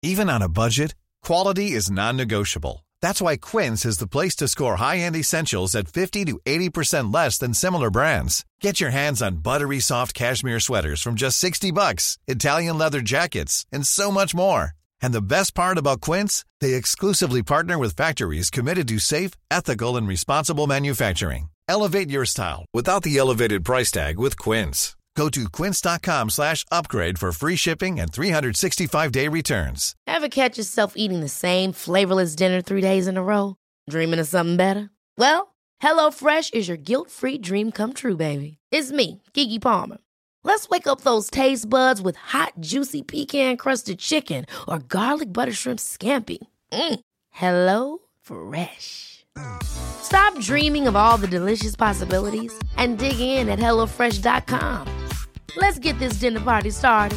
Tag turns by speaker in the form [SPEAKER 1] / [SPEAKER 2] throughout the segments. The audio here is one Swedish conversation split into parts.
[SPEAKER 1] Even on a budget, quality is non-negotiable. That's why Quince is the place to score high-end essentials at 50 to 80% less than similar brands. Get your hands on buttery soft cashmere sweaters from just $60, Italian leather jackets, and so much more. And the best part about Quince, they exclusively partner with factories committed to safe, ethical, and responsible manufacturing. Elevate your style without the elevated price tag with Quince. Go to quince.com/upgrade for free shipping and 365-day returns.
[SPEAKER 2] Ever catch yourself eating the same flavorless dinner 3 days in a row? Dreaming of something better? Well, HelloFresh is your guilt-free dream come true, baby. It's me, Keke Palmer. Let's wake up those taste buds with hot, juicy pecan-crusted chicken or garlic butter shrimp scampi. Hello Fresh. Stop dreaming of all the delicious possibilities and dig in at HelloFresh.com. Let's get this dinner party started.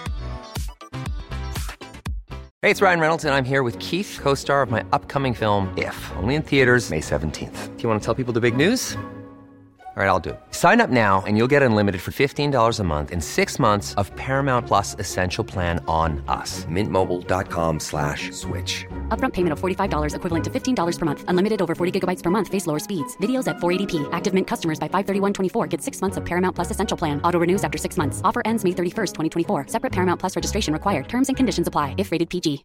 [SPEAKER 3] Hey, it's Ryan Reynolds, and I'm here with Keith, co-star of my upcoming film, If, only in theaters May 17th. Do you want to tell people the big news? All right, I'll do it. Sign up now and you'll get unlimited for $15 a month and 6 months of Paramount Plus Essential Plan on us. MintMobile.com/switch.
[SPEAKER 4] Upfront payment of $45 equivalent to $15 per month. Unlimited over 40 gigabytes per month. Face lower speeds. Videos at 480p. Active Mint customers by 531.24 get 6 months of Paramount Plus Essential Plan. Auto renews after 6 months. Offer ends May 31st, 2024. Separate Paramount Plus registration required. Terms and conditions apply if rated PG.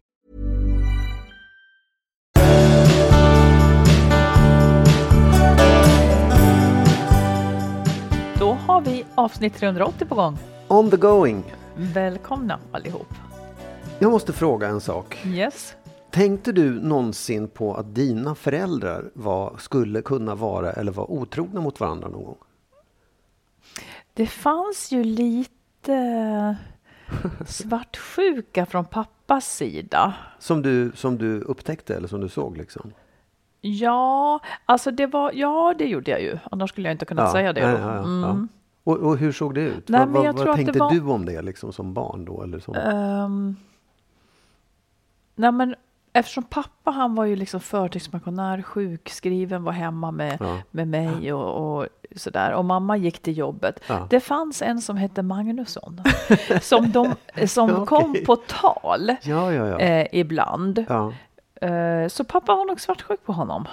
[SPEAKER 5] Då har vi avsnitt 380 på gång.
[SPEAKER 6] On the going.
[SPEAKER 5] Välkomna allihop.
[SPEAKER 6] Jag måste fråga en sak.
[SPEAKER 5] Yes.
[SPEAKER 6] Tänkte du någonsin på att dina föräldrar skulle kunna vara eller vara otrogna mot varandra någon gång?
[SPEAKER 5] Det fanns ju lite svartsjuka från pappas sida.
[SPEAKER 6] Som du upptäckte eller som du såg liksom?
[SPEAKER 5] Ja, alltså det gjorde jag ju. Annars skulle jag inte kunna säga det.
[SPEAKER 6] Ja. Och hur såg det ut?
[SPEAKER 5] Nej,
[SPEAKER 6] vad tänkte du om det liksom som barn då? Eller som?
[SPEAKER 5] Nej, men eftersom pappa, han var ju liksom förtidspensionär, sjukskriven, var hemma med mig och sådär. Och mamma gick till jobbet. Ja. Det fanns en som hette Magnusson som kom på tal ibland. Ja. Så pappa var nog svartsjuk på honom.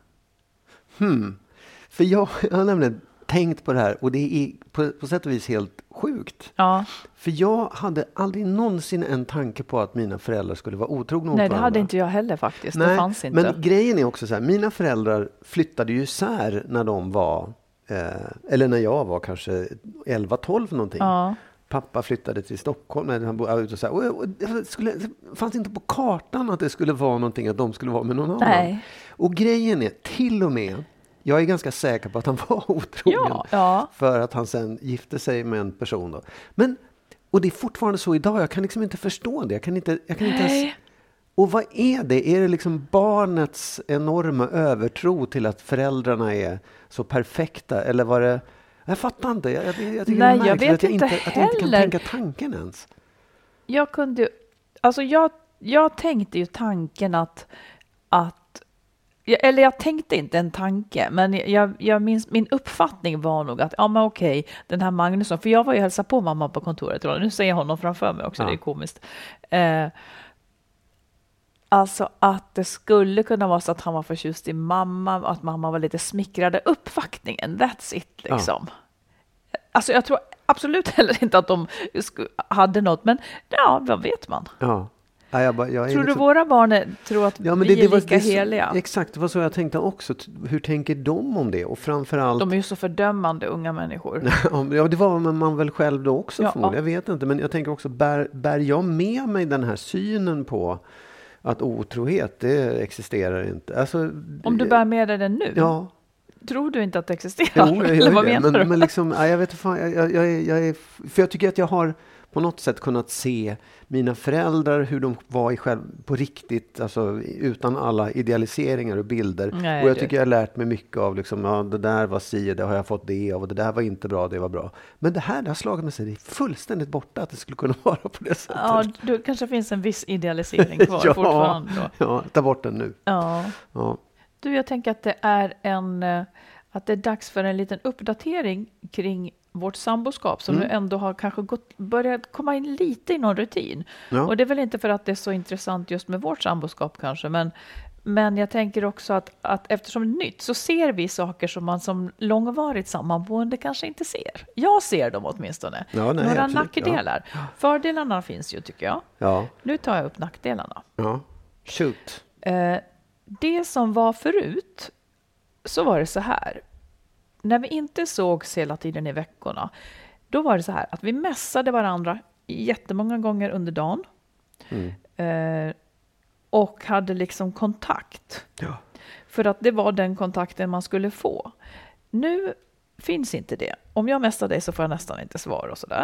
[SPEAKER 6] För jag har nämligen tänkt på det här och det är på sätt och vis helt sjukt.
[SPEAKER 5] Ja.
[SPEAKER 6] För jag hade aldrig någonsin en tanke på att mina föräldrar skulle vara otrogna mot varandra.
[SPEAKER 5] Nej, det hade inte jag heller faktiskt.
[SPEAKER 6] Nej,
[SPEAKER 5] det fanns inte.
[SPEAKER 6] Men grejen är också så här, mina föräldrar flyttade ju isär när de var, eller när jag var kanske 11-12 någonting. Ja. Pappa flyttade till Stockholm när han bodde ute och så här, och det fanns inte på kartan att det skulle vara någonting att de skulle vara med någon annan. Nej. Och grejen är till och med, jag är ganska säker på att han var otrogen för att han sen gifte sig med en person då. Men, och det är fortfarande så idag, jag kan liksom inte förstå det. Jag kan inte ens, och vad är det? Är det liksom barnets enorma övertro till att föräldrarna är så perfekta? Eller var det... Jag fattar inte. Jag tycker det är märkligt att jag inte kan tänka tanken ens.
[SPEAKER 5] Jag tänkte ju tanken att eller jag tänkte inte en tanke, men jag minns, min uppfattning var nog att den här Magnusson, för jag var ju hälsa på mamma på kontoret, och nu ser jag honom framför mig också, det är komiskt. Alltså att det skulle kunna vara så att han var förtjust i mamma, att mamma var lite smickrade, uppvaktningen, that's it liksom. Alltså jag tror absolut heller inte att de hade något, men vad vet man? Ja. Tror du våra barn tror att vi är lika heliga?
[SPEAKER 6] Exakt, det var så jag tänkte också. Hur tänker de om det? Och framförallt...
[SPEAKER 5] De är ju så fördömande unga människor.
[SPEAKER 6] Ja, det var man väl själv då också. Jag vet inte, men jag tänker också, bär jag med mig den här synen på att otrohet, det existerar inte. Alltså,
[SPEAKER 5] om du bär med dig den nu?
[SPEAKER 6] Ja.
[SPEAKER 5] Tror du inte att det existerar?
[SPEAKER 6] Jo, jag gör det. Men liksom, jag vet inte, för jag tycker att jag har på något sätt kunnat se mina föräldrar, hur de var på riktigt, alltså utan alla idealiseringar och bilder. Nej, och jag tycker jag har lärt mig mycket av liksom, det där var si, det har jag fått det av, och det där var inte bra, det var bra. Men det här har slagit mig sig, det är fullständigt borta att det skulle kunna vara på det sättet.
[SPEAKER 5] Ja, det kanske finns en viss idealisering kvar fortfarande då.
[SPEAKER 6] Ja, ta bort den nu.
[SPEAKER 5] Ja. Du, jag tänker att det är att det är dags för en liten uppdatering kring vårt samboskap som nu ändå har kanske börjat komma in lite i någon rutin. Ja. Och det är väl inte för att det är så intressant just med vårt samboskap kanske, men jag tänker också att eftersom det är nytt så ser vi saker som man som långvarigt sammanboende kanske inte ser. Jag ser dem åtminstone. Några absolut, nackdelar. Ja. Fördelarna finns ju, tycker jag. Ja. Nu tar jag upp nackdelarna.
[SPEAKER 6] Ja. Shoot.
[SPEAKER 5] Det som var förut, så var det så här. När vi inte sågs hela tiden i veckorna, då var det så här att vi mässade varandra jättemånga gånger under dagen. Och hade liksom kontakt. Ja. För att det var den kontakten man skulle få. Nu finns inte det. Om jag mässar dig så får jag nästan inte svar och sådär.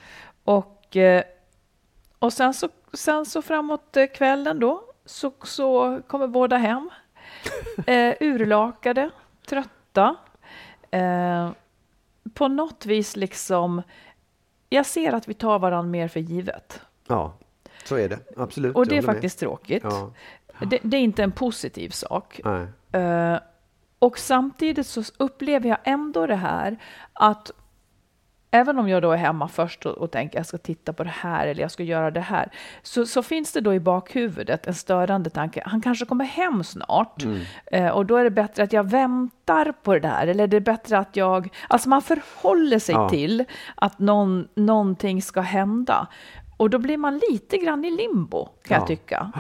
[SPEAKER 5] Och sen så framåt kvällen då så kommer båda hem. Urlakade, trötta. På något vis liksom, jag ser att vi tar varandra mer för givet.
[SPEAKER 6] Ja, så är det. Absolut.
[SPEAKER 5] Och det är faktiskt tråkigt. Ja. Det är inte en positiv sak. Och samtidigt så upplever jag ändå det här att även om jag då är hemma först och tänker jag ska titta på det här eller jag ska göra det här, så finns det då i bakhuvudet en störande tanke. Han kanske kommer hem snart och då är det bättre att jag väntar på det där, eller det är bättre att alltså man förhåller sig till att någonting ska hända. Och då blir man lite grann i limbo, kan jag tycka.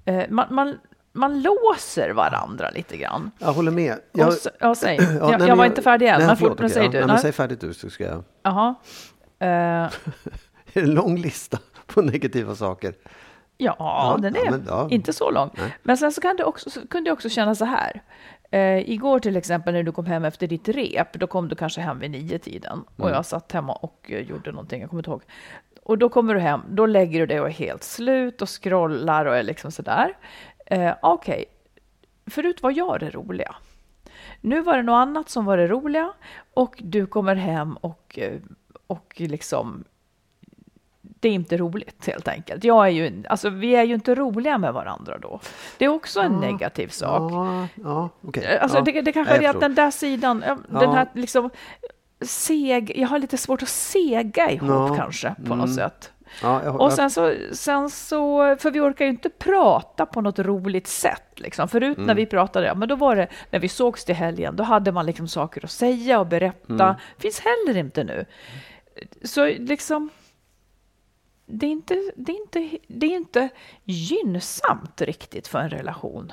[SPEAKER 5] Man låser varandra lite grann.
[SPEAKER 6] Jag håller med.
[SPEAKER 5] Säg. Jag var inte färdig än. Men säg du.
[SPEAKER 6] Säg färdigt du, så ska jag...
[SPEAKER 5] Jaha.
[SPEAKER 6] Är det en lång lista på negativa saker?
[SPEAKER 5] Ja, den är inte så lång. Nej. Men sen så kunde jag också känna så här. Igår till exempel när du kom hem efter ditt rep, då kom du kanske hem vid 9-tiden. Och jag satt hemma och gjorde någonting, jag kommer inte ihåg. Och då kommer du hem, då lägger du dig och är helt slut och scrollar och är liksom sådär. Okej. Förut var jag det roliga. Nu var det något annat som var det roliga. Och du kommer hem och liksom... Det är inte roligt helt enkelt. Vi är ju inte roliga med varandra då. Det är också en negativ sak.
[SPEAKER 6] Okay.
[SPEAKER 5] Alltså det kanske är att den där sidan, den här liksom jag har lite svårt att sega ihop kanske på något sätt. Och sen så, för vi orkar ju inte prata på något roligt sätt liksom. Förut när vi pratade, men då var det när vi sågs till helgen, då hade man liksom saker att säga och berätta. Finns heller inte nu. Så liksom det är inte gynnsamt riktigt för en relation.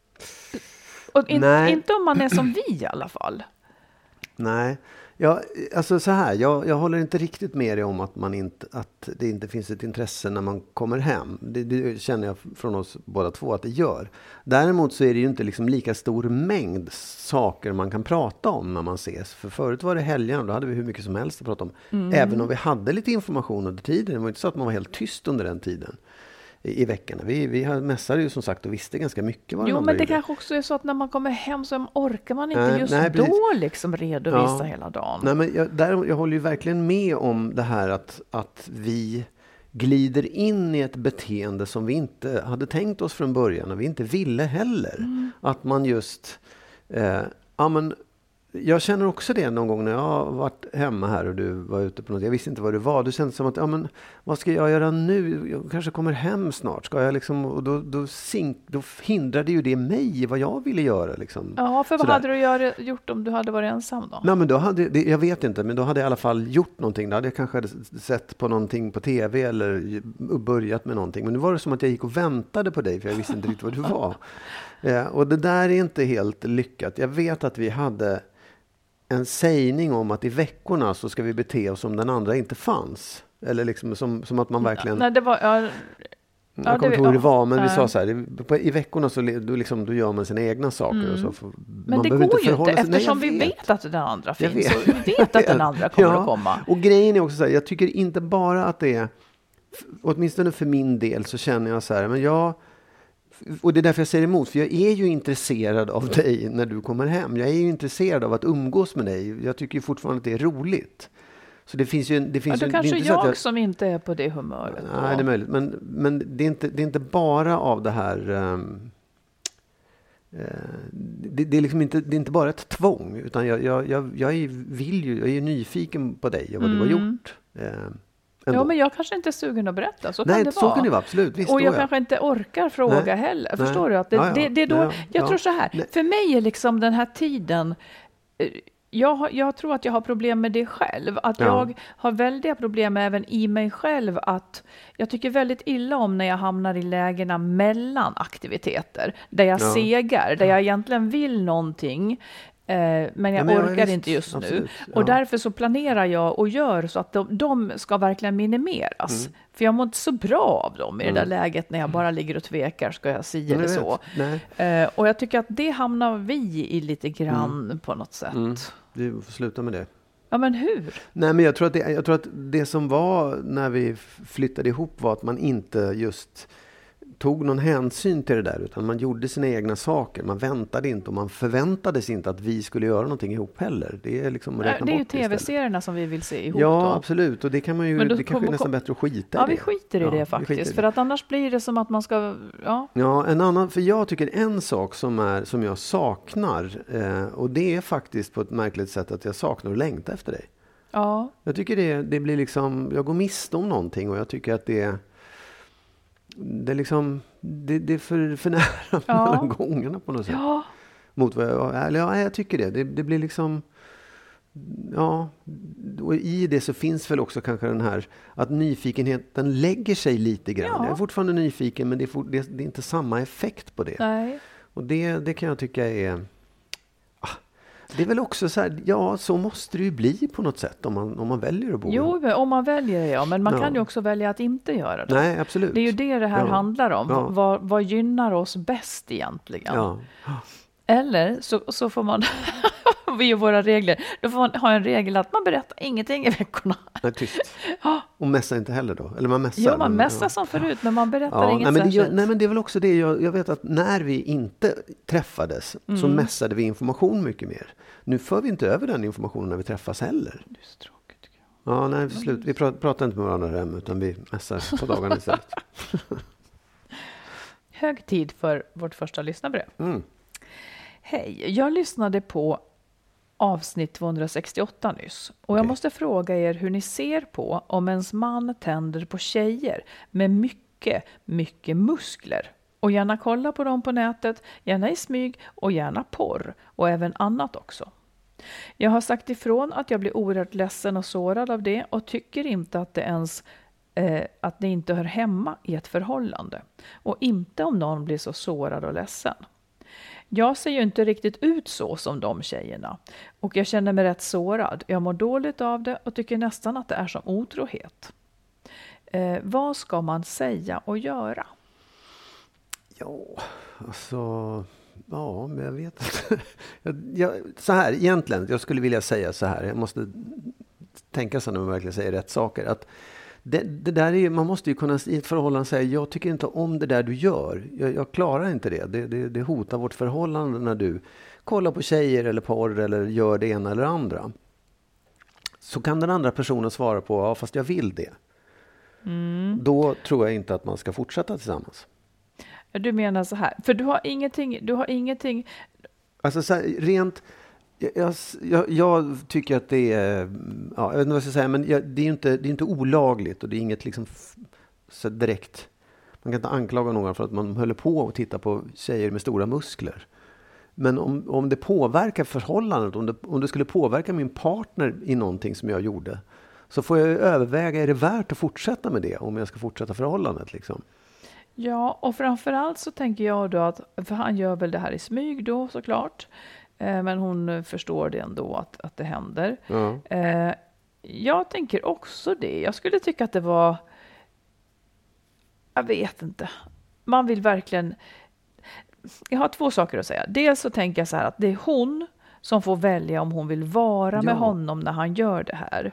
[SPEAKER 5] Och inte om man är som vi i alla fall.
[SPEAKER 6] Nej. Ja, alltså så här, jag håller inte riktigt med dig om att det inte finns ett intresse när man kommer hem. Det känner jag från oss båda två att det gör. Däremot så är det ju inte liksom lika stor mängd saker man kan prata om när man ses. För förut var det helgen och då hade vi hur mycket som helst att prata om. Även om vi hade lite information under tiden. Det var inte så att man var helt tyst under den tiden. I veckorna. Vi mässade ju som sagt och visste ganska mycket vad
[SPEAKER 5] men det kanske också är så att när man kommer hem så orkar man inte då liksom redovisa hela dagen.
[SPEAKER 6] Nej, men jag håller ju verkligen med om det här att vi glider in i ett beteende som vi inte hade tänkt oss från början och vi inte ville heller. Att man just jag känner också det någon gång när jag har varit hemma här och du var ute på något. Jag visste inte vad du var. Du kände som att, vad ska jag göra nu? Jag kanske kommer hem snart. Ska jag liksom, och då hindrade ju det mig i vad jag ville göra. Liksom.
[SPEAKER 5] Ja, för vad hade du gjort om du hade varit ensam då?
[SPEAKER 6] Nej, men då jag vet inte, men då hade jag i alla fall gjort någonting. Då hade jag kanske sett på någonting på tv eller börjat med någonting. Men nu var det som att jag gick och väntade på dig för jag visste inte riktigt vad du var. Och det där är inte helt lyckat. Jag vet att vi hade en sägning om att i veckorna så ska vi bete oss som den andra inte fanns. Eller liksom som att man verkligen...
[SPEAKER 5] Nej, det var...
[SPEAKER 6] jag kommer inte ihåg hur det var, men vi sa så här, i veckorna så då gör man sina egna saker. Och så
[SPEAKER 5] men det går ju inte, eftersom vi vet att den andra finns. Och vi vet att den andra kommer att komma.
[SPEAKER 6] Och grejen är också så här, jag tycker inte bara att det är... Åtminstone för min del så känner jag så här, men och det är därför jag säger emot, för jag är ju intresserad av dig när du kommer hem. Jag är ju intresserad av att umgås med dig. Jag tycker ju fortfarande att det är roligt. Så det finns ju... Det
[SPEAKER 5] kanske det är inte jag som inte är på det humöret.
[SPEAKER 6] Nej, det är möjligt. Men det är inte bara av det här... Det är liksom inte, det är inte bara ett tvång, utan jag är nyfiken på dig och vad du har gjort.
[SPEAKER 5] Ja, men jag kanske inte är sugen att berätta. Så
[SPEAKER 6] Nej,
[SPEAKER 5] kan det
[SPEAKER 6] så
[SPEAKER 5] vara.
[SPEAKER 6] kan det vara, absolut. Visst,
[SPEAKER 5] och jag kanske inte orkar fråga heller.
[SPEAKER 6] Nej.
[SPEAKER 5] Förstår du? Att det är då, jag tror så här. För mig är liksom den här tiden... Jag tror att jag har problem med det själv. Att jag har väldiga problem även i mig själv. Att jag tycker väldigt illa om när jag hamnar i lägena mellan aktiviteter. Där jag segar, där jag egentligen vill någonting. Men jag orkar inte just nu. Och därför så planerar jag och gör så att de ska verkligen minimeras. För jag mår inte så bra av dem i det där läget när jag bara ligger och tvekar, ska jag säga eller så. Och jag tycker att det hamnar vi i lite grann på något sätt.
[SPEAKER 6] Vi får sluta med det.
[SPEAKER 5] Ja, men hur?
[SPEAKER 6] Nej, men jag tror att det som var när vi flyttade ihop var att man inte just tog någon hänsyn till det där, utan man gjorde sina egna saker. Man väntade inte och man förväntades inte att vi skulle göra någonting ihop heller. Det är liksom
[SPEAKER 5] det är ju tv-serierna som vi vill se ihop.
[SPEAKER 6] Ja,
[SPEAKER 5] då.
[SPEAKER 6] Absolut. Och det kan man ju, det kanske är nästan bättre att skita i det.
[SPEAKER 5] Ja, vi skiter i det faktiskt. För att annars blir det som att man ska...
[SPEAKER 6] Ja, en annan, för jag tycker en sak som jag saknar, och det är faktiskt på ett märkligt sätt att jag saknar och längtar efter dig.
[SPEAKER 5] Ja.
[SPEAKER 6] Jag tycker det blir liksom, jag går miste om någonting och jag tycker att det är liksom, det är för nära mellan gångerna på något sätt.
[SPEAKER 5] Ja.
[SPEAKER 6] Mot vad jag tycker det. Det blir liksom, och i det så finns väl också kanske den här, att nyfikenheten lägger sig lite grann. Jag är fortfarande nyfiken, men det är inte samma effekt på det.
[SPEAKER 5] Nej.
[SPEAKER 6] Och det kan jag tycka är... Det är väl också så här, så måste det ju bli på något sätt om man väljer att bo.
[SPEAKER 5] Jo, om man väljer det, men man kan ju också välja att inte göra det.
[SPEAKER 6] Nej, absolut.
[SPEAKER 5] Det är ju det här handlar om. Ja. Vad gynnar oss bäst egentligen?
[SPEAKER 6] Ja.
[SPEAKER 5] Eller så får man, vi och våra regler, då får man ha en regel att man berättar ingenting i veckorna.
[SPEAKER 6] Nej, tyst. Och mässa inte heller då? Eller man mässar?
[SPEAKER 5] Ja, man mässar som förut, men man berättar inget
[SPEAKER 6] särskilt. Nej, men det är väl också det. Jag vet att när vi inte träffades så mässade vi information mycket mer. Nu för vi inte över den informationen när vi träffas heller.
[SPEAKER 5] Det är så tråkigt, tycker jag.
[SPEAKER 6] Ja, nej, slut. Vi pratar inte med varandra hem, utan vi mässar på dagarna istället.
[SPEAKER 5] Hög tid för vårt första lyssnarbrev. Hej, jag lyssnade på avsnitt 268 nyss. Och jag måste fråga er hur ni ser på om ens man tänder på tjejer med mycket muskler. Och gärna kolla på dem på nätet, gärna i smyg och gärna porr. Och även annat också. Jag har sagt ifrån att jag blir oerhört ledsen och sårad av det. Och tycker inte att att det inte hör hemma i ett förhållande. Och inte om någon blir så sårad och ledsen. Jag ser ju inte riktigt ut så som de tjejerna. Och jag känner mig rätt sårad. Jag mår dåligt av det och tycker nästan att det är som otrohet. Vad ska man säga och göra?
[SPEAKER 6] Men jag vet inte. Så här, egentligen, jag skulle vilja säga så här. Jag måste tänka så när man verkligen säger rätt saker. Att det där är, man måste ju kunna i ett förhållande säga, jag tycker inte om det där du gör. Jag klarar inte det. Det hotar vårt förhållande när du kollar på tjejer eller porr eller gör det ena eller andra. Så kan den andra personen svara på, fast jag vill det. Då tror jag inte att man ska fortsätta tillsammans.
[SPEAKER 5] Du menar så här, för du har ingenting...
[SPEAKER 6] Alltså så här, rent... Jag tycker att det är, jag vet inte vad jag ska säga, men det är inte olagligt och det är inget liksom så direkt, man kan inte anklaga någon för att man håller på och titta på tjejer med stora muskler. Men om det påverkar förhållandet, om det skulle påverka min partner i någonting som jag gjorde, så får jag överväga, är det värt att fortsätta med det om jag ska fortsätta förhållandet liksom?
[SPEAKER 5] Ja, och framförallt så tänker jag då att, för han gör väl det här i smyg då såklart. Men hon förstår det ändå att det händer. Ja. Jag tänker också det. Jag skulle tycka att det var... Jag vet inte. Man vill verkligen... Jag har två saker att säga. Dels så tänker jag så här att det är hon som får välja om hon vill vara med honom när han gör det här.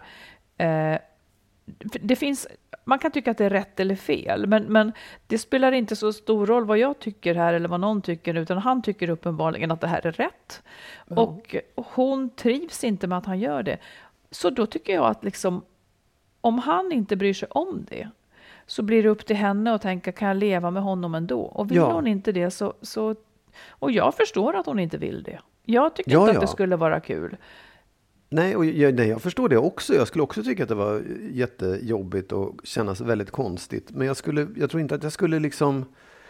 [SPEAKER 5] Det finns... Man kan tycka att det är rätt eller fel, men det spelar inte så stor roll vad jag tycker här eller vad någon tycker, utan han tycker uppenbarligen att det här är rätt. Och hon trivs inte med att han gör det. Så då tycker jag att liksom, om han inte bryr sig om det, så blir det upp till henne att tänka, kan jag leva med honom ändå? Och vill hon inte det så Och jag förstår att hon inte vill det. Jag tycker inte att det skulle vara kul.
[SPEAKER 6] Nej, och jag förstår det också. Jag skulle också tycka att det var jättejobbigt och kännas väldigt konstigt. Men jag tror inte att jag skulle liksom...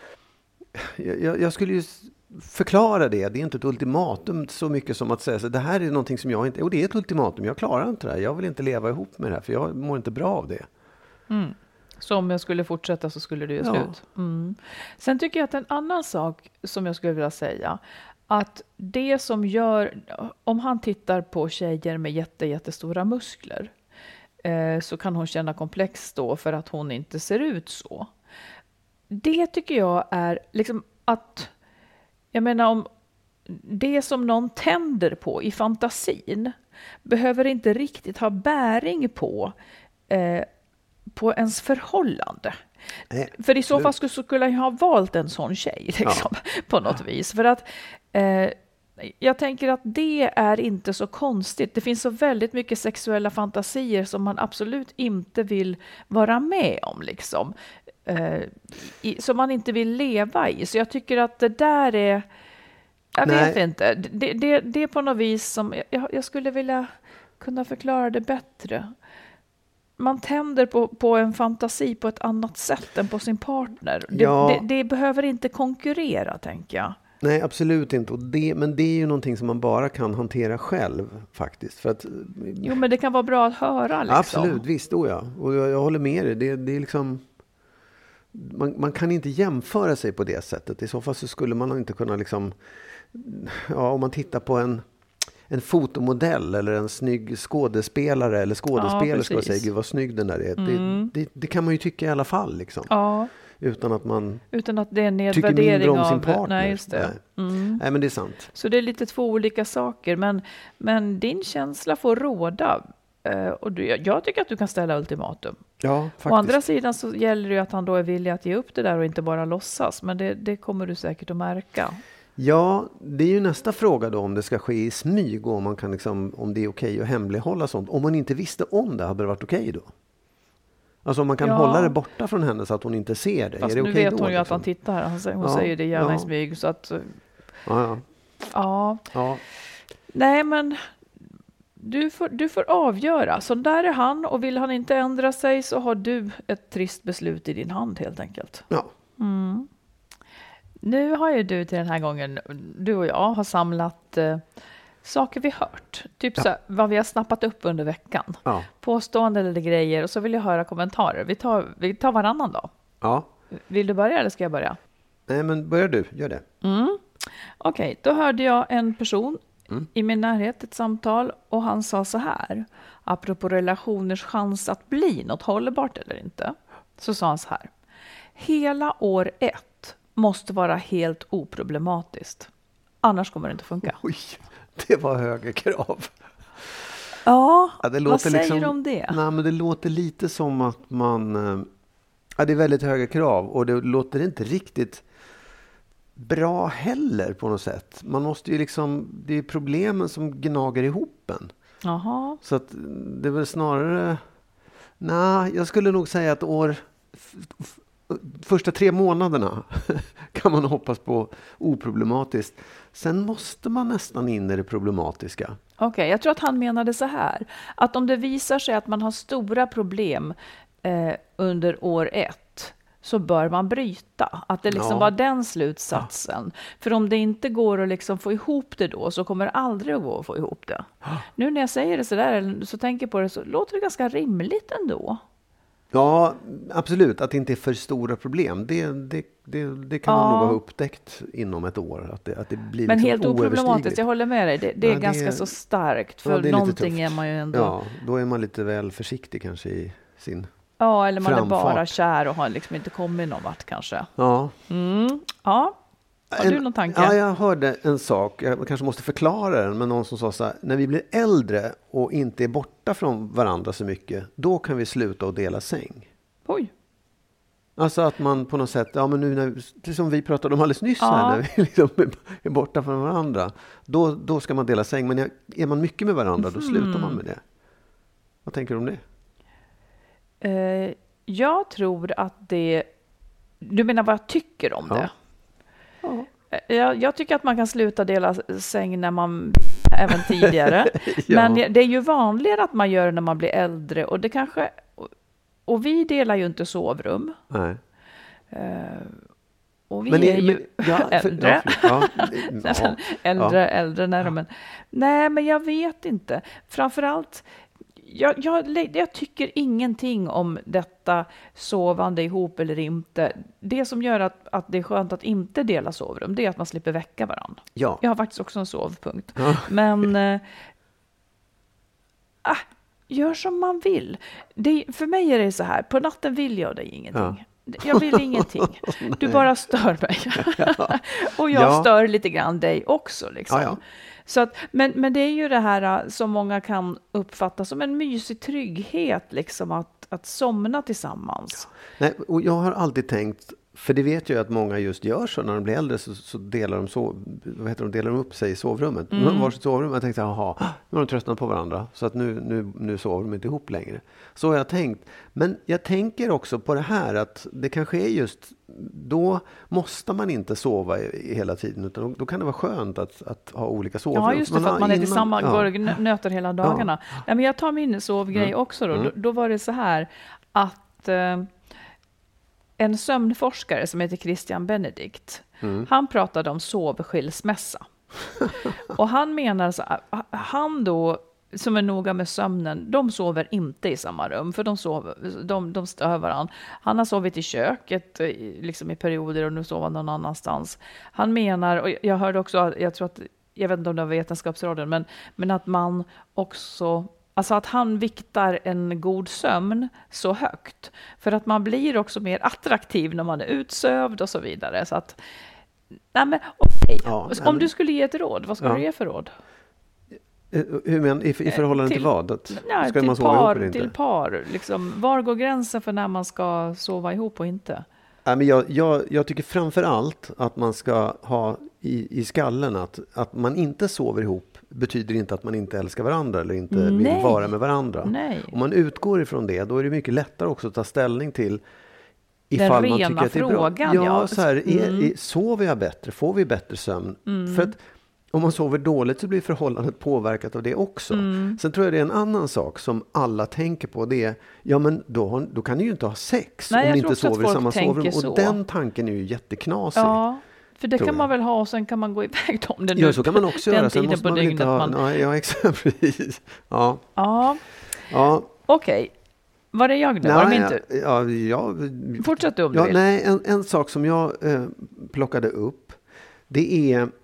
[SPEAKER 6] Jag skulle ju förklara det. Det är inte ett ultimatum så mycket som att säga så det här är någonting som jag inte... Och det är ett ultimatum. Jag klarar inte det här. Jag vill inte leva ihop med det här för jag mår inte bra av det.
[SPEAKER 5] Mm. Så om jag skulle fortsätta så skulle det ju slut. Mm. Sen tycker jag att en annan sak som jag skulle vilja säga, att det som gör, om han tittar på tjejer med jättestora muskler så kan hon känna komplex då för att hon inte ser ut så. Det tycker jag är liksom att, jag menar om det som någon tänder på i fantasin behöver inte riktigt ha bäring på ens förhållande. För i så fall skulle jag ha valt en sån tjej liksom, på något vis. För att jag tänker att det är inte så konstigt. Det finns så väldigt mycket sexuella fantasier som man absolut inte vill vara med om. Liksom. Som man inte vill leva i. Så jag tycker att det där är... Jag vet inte. Det är på något vis som... Jag skulle vilja kunna förklara det bättre. Man tänder på en fantasi på ett annat sätt än på sin partner. Det behöver inte konkurrera, tänker jag. Nej, absolut inte. Men det är ju någonting som man bara kan hantera själv, faktiskt. För att, jo, men det kan vara bra att höra. Liksom. Absolut, visst. Ja. Och jag håller med dig. Det är liksom... Man kan inte jämföra sig på det sättet. I så fall så skulle man inte kunna liksom... Ja, om man tittar på en fotomodell eller en snygg skådespelare eller skådespelare ska jag säga, gud vad snygg den där är. Det kan man ju tycka i alla fall liksom. Ja. Utan att det är en nedvärdering tycker mindre om sin partner. Nej, just det. Nej, men det är sant. Så det är lite två olika saker, men din känsla får råda. Och jag tycker att du kan ställa ultimatum. Ja, faktiskt. Å andra sidan så gäller det ju att han då är villig att ge upp det där och inte bara låtsas. Men det kommer du säkert att märka. Ja, det är ju nästa fråga då om det ska ske i smyg och om man kan liksom, om det är okej att hemlighålla sånt. Om man inte visste om det, hade det varit okej då? Alltså om man kan hålla det borta från henne så att hon inte ser det. Fast är det nu vet hon då, ju liksom? Att han tittar. Hon säger det gärna i smyg. Så att, ja. Nej, men du får avgöra. Så där är han och vill han inte ändra sig så har du ett trist beslut i din hand helt enkelt. Ja. Mm. Nu har ju du till den här gången, du och jag har samlat saker vi hört. Typ så vad vi har snappat upp under veckan. Ja. Påståenden eller grejer och så vill jag höra kommentarer. Vi tar varannan då. Ja. Vill du börja eller ska jag börja? Nej, men börjar du, gör det. Okej, då hörde jag en person i min närhet ett samtal och han sa så här. Apropå relationers chans att bli något hållbart eller inte. Så sa han så här. Hela år 1 måste vara helt oproblematiskt. Annars kommer det inte funka. Oj, det var höga krav. Ja, det låter vad säger du om det? Nej, men det låter lite som att man... det är väldigt höga krav och det låter inte riktigt bra heller på något sätt. Man måste ju liksom... Det är problemen som gnager ihop en. Jaha. Så att det är väl snarare... Nej, jag skulle nog säga att första 3 månaderna kan man hoppas på oproblematiskt. Sen måste man nästan in i det problematiska. Okej, jag tror att han menade så här. Att om det visar sig att man har stora problem under år 1 så bör man bryta. Att det liksom var den slutsatsen. För om det inte går att liksom få ihop det då så kommer det aldrig att gå att få ihop det. Nu när jag säger det så där så tänker jag på det så låter det ganska rimligt ändå. Ja, absolut. Att det inte är för stora problem. Det kan man nog ha upptäckt inom ett år. Att det blir men liksom helt oproblematiskt, jag håller med dig. Det är ganska så starkt. För någonting är man ju ändå... Ja, då är man lite väl försiktig kanske i sin eller man framfart. Är bara kär och har liksom inte kommit någon vart kanske. Ja. Ja. Har du någon tanke? Ja, jag hörde en sak. Jag kanske måste förklara den. Men någon som sa så här. När vi blir äldre och inte är borta från varandra så mycket. Då kan vi sluta att dela säng. Oj. Alltså att man på något sätt. Ja, men nu som vi pratade om alldeles nyss här. När vi liksom är borta från varandra. Då ska man dela säng. Men är man mycket med varandra. Då slutar man med det. Vad tänker du om det? Jag tror att det... Du menar vad jag tycker om det? Jag tycker att man kan sluta dela säng när man även tidigare. Men det är ju vanligare att man gör det när man blir äldre. Och det kanske... Och vi delar ju inte sovrum. Nej. Och vi är ju äldre. Äldre när Nej, men jag vet inte. Framförallt... Jag tycker ingenting om detta sovande ihop eller inte. Det som gör att det är skönt att inte dela sovrum, det är att man slipper väcka varandra. Ja. Jag har faktiskt också en sovpunkt. Ja. Men gör som man vill. För mig är det så här, på natten vill jag dig ingenting. Ja. Jag vill ingenting. Du bara stör mig. Ja. Och jag stör lite grann dig också. Liksom. Ja. Så att, men det är ju det här som många kan uppfatta som en mysig trygghet, liksom att somna tillsammans.
[SPEAKER 6] Nej, och jag har alltid tänkt, för det vet jag att många just gör så när de blir äldre så delar de upp sig i sovrummet. Varsitt sovrum. Jag tänkte, jaha, nu har de tröttnat på varandra så att nu sover de inte ihop längre. Så har jag tänkt. Men jag tänker också på det här att det kanske är just, då måste man inte sova hela tiden utan då kan det vara skönt att ha olika sovrum.
[SPEAKER 5] Ja, just det, för att man är tillsammans, går nöter hela dagarna. Ja, men jag tar min sovgrej också då. Då var det så här att en sömnforskare som heter Christian Benedict, han pratade om sovskilsmässa. Och han menar så här, han då som är noga med sömnen, de sover inte i samma rum för de stör varandra. Han har sovit i köket liksom i perioder och nu sover någon annanstans. Han menar, och jag hörde också, jag vet inte om det var Vetenskapsradion, men att man också, alltså att han viktar en god sömn så högt. För att man blir också mer attraktiv när man är utsövd och så vidare. Så att, nej men okej. Ja, om du skulle ge ett råd, vad skulle du ge för råd?
[SPEAKER 6] Hur men i förhållande till vad?
[SPEAKER 5] Ska man sova ihop eller inte? Till par. Liksom, var går gränsen för när man ska sova ihop och inte?
[SPEAKER 6] Ja, men jag tycker framför allt att man ska ha i skallen att man inte sover ihop betyder inte att man inte älskar varandra eller inte vill vara med varandra. Nej. Om man utgår ifrån det, då är det mycket lättare också att ta ställning till ifall man tycker att det är bra. Ja, så här, sover jag bättre? Får vi bättre sömn? För att om man sover dåligt så blir förhållandet påverkat av det också. Sen tror jag det är en annan sak som alla tänker på. Det är, ja men då kan ni ju inte ha sex om ni inte sover i samma sovrum. Och den tanken är ju jätteknasig.
[SPEAKER 5] Ja, för det kan man väl ha och sen kan man gå iväg om det nu.
[SPEAKER 6] Ja, så kan man också göra. Sen måste man inte ha... Ja, exempelvis. Ja.
[SPEAKER 5] Okej. Var det jag nu? Var det min tur? Fortsätt du om du vill.
[SPEAKER 6] Nej, en sak som jag plockade upp, det är...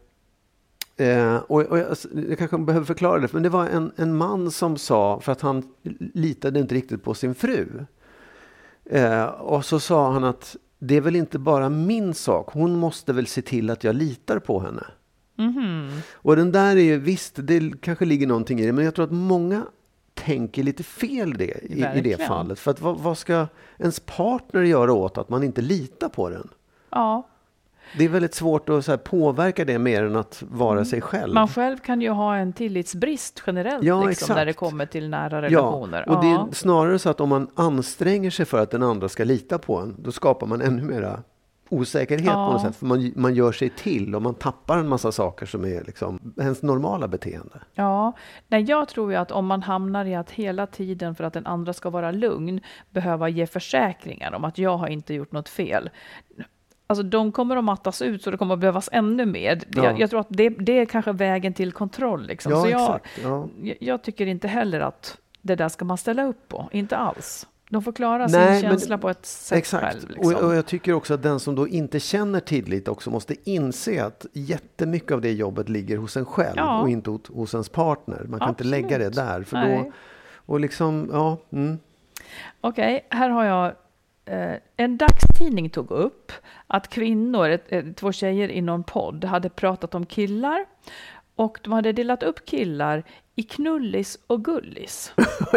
[SPEAKER 6] och jag kanske behöver förklara det, men det var en man som sa, för att han litade inte riktigt på sin fru. Och så sa han att det är väl inte bara min sak, hon måste väl se till att jag litar på henne. Och den där är ju visst, det kanske ligger någonting i det, men jag tror att många tänker lite fel i det fallet. För att vad ska ens partner göra åt att man inte litar på den? Ja. Det är väldigt svårt att så här påverka det mer än att vara sig själv.
[SPEAKER 5] Man själv kan ju ha en tillitsbrist generellt liksom, när det kommer till nära relationer.
[SPEAKER 6] Ja, och det är snarare så att om man anstränger sig för att den andra ska lita på en, då skapar man ännu mera osäkerhet på något sätt. För man gör sig till och man tappar en massa saker som är liksom ens normala beteende.
[SPEAKER 5] Ja, nej, jag tror ju att om man hamnar i att hela tiden för att den andra ska vara lugn behöva ge försäkringar om att jag har inte gjort något fel. Alltså de kommer att mattas ut så det kommer att behövas ännu mer. Ja. Jag tror att det är kanske vägen till kontroll. Liksom.
[SPEAKER 6] Ja,
[SPEAKER 5] så
[SPEAKER 6] exakt.
[SPEAKER 5] Jag tycker inte heller att det där ska man ställa upp på. Inte alls. De får klara sin känsla på ett sätt själv. Liksom.
[SPEAKER 6] Och jag tycker också att den som då inte känner tillit också måste inse att jättemycket av det jobbet ligger hos en själv och inte hos ens partner. Man kan inte lägga det där. För då, och liksom,
[SPEAKER 5] Okej, här har jag en dagstidning tog upp att kvinnor, två tjejer i någon podd, hade pratat om killar och de hade delat upp killar i knullis och gullis.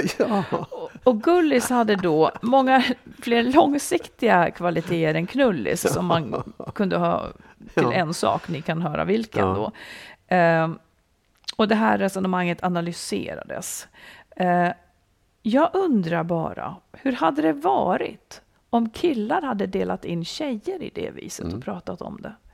[SPEAKER 5] Och gullis hade då många fler långsiktiga kvaliteter än knullis som man kunde ha till en sak. Ni kan höra vilken då. Och det här resonemanget analyserades. Jag undrar bara, hur hade det varit om killar hade delat in tjejer i det viset och pratat om det?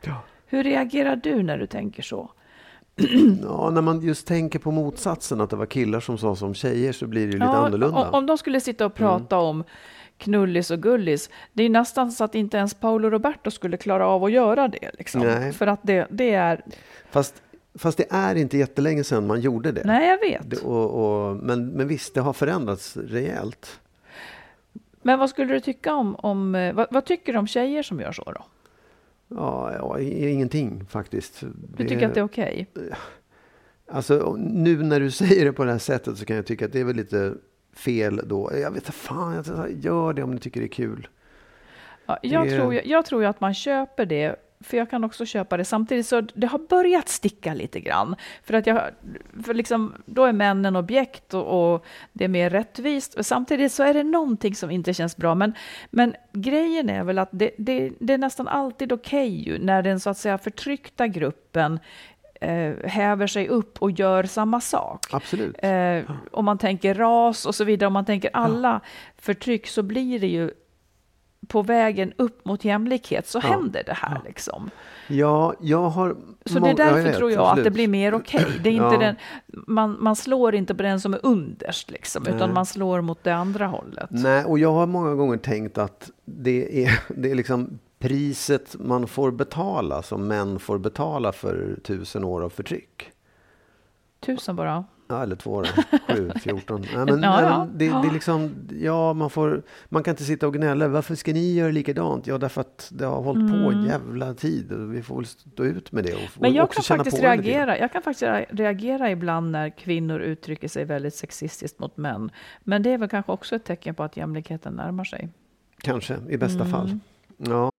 [SPEAKER 5] Hur reagerar du när du tänker så?
[SPEAKER 6] Ja, när man just tänker på motsatsen, att det var killar som sa som tjejer, så blir det lite annorlunda.
[SPEAKER 5] Om de skulle sitta och prata om knullis och gullis, det är nästan så att inte ens Paolo Roberto skulle klara av att göra det. Liksom.
[SPEAKER 6] Nej.
[SPEAKER 5] För att det är...
[SPEAKER 6] Fast det är inte jättelänge sedan man gjorde det.
[SPEAKER 5] Nej, jag vet.
[SPEAKER 6] Men visst, det har förändrats rejält.
[SPEAKER 5] Men vad skulle du tycka om vad tycker du om tjejer som gör så då?
[SPEAKER 6] Ja, ingenting faktiskt.
[SPEAKER 5] Du tycker att det är okej?
[SPEAKER 6] Alltså, nu när du säger det på det här sättet så kan jag tycka att det är väl lite fel då. Jag vet inte, fan, gör det om du tycker det är kul.
[SPEAKER 5] Ja, jag tror ju att man köper det, för jag kan också köpa det. Samtidigt så det har börjat sticka lite grann. För att liksom, då är männen objekt och det är mer rättvist. Samtidigt så är det någonting som inte känns bra. Men grejen är väl att det är nästan alltid okej när den så att säga förtryckta gruppen häver sig upp och gör samma sak.
[SPEAKER 6] Absolut.
[SPEAKER 5] Om man tänker ras och så vidare, om man tänker alla förtryck, så blir det ju på vägen upp mot jämlikhet så händer det här liksom.
[SPEAKER 6] Ja, jag har...
[SPEAKER 5] Så det är därför tror jag att det blir mer okej. Det är inte man slår inte på den som är underst liksom, utan man slår mot det andra hållet.
[SPEAKER 6] Nej, och jag har många gånger tänkt att det är liksom priset man får betala, som män får betala för 1000 år av förtryck.
[SPEAKER 5] 1000 bara?
[SPEAKER 6] Ja, eller 2 år, 7, 14. Nej, men det är liksom, man kan inte sitta och gnälla. Varför ska ni göra likadant? Ja, därför att det har hållit på jävla tid. Vi får väl stå ut med det.
[SPEAKER 5] Men jag kan faktiskt reagera ibland när kvinnor uttrycker sig väldigt sexistiskt mot män. Men det är väl kanske också ett tecken på att jämlikheten närmar sig.
[SPEAKER 6] Kanske, i bästa fall. Ja.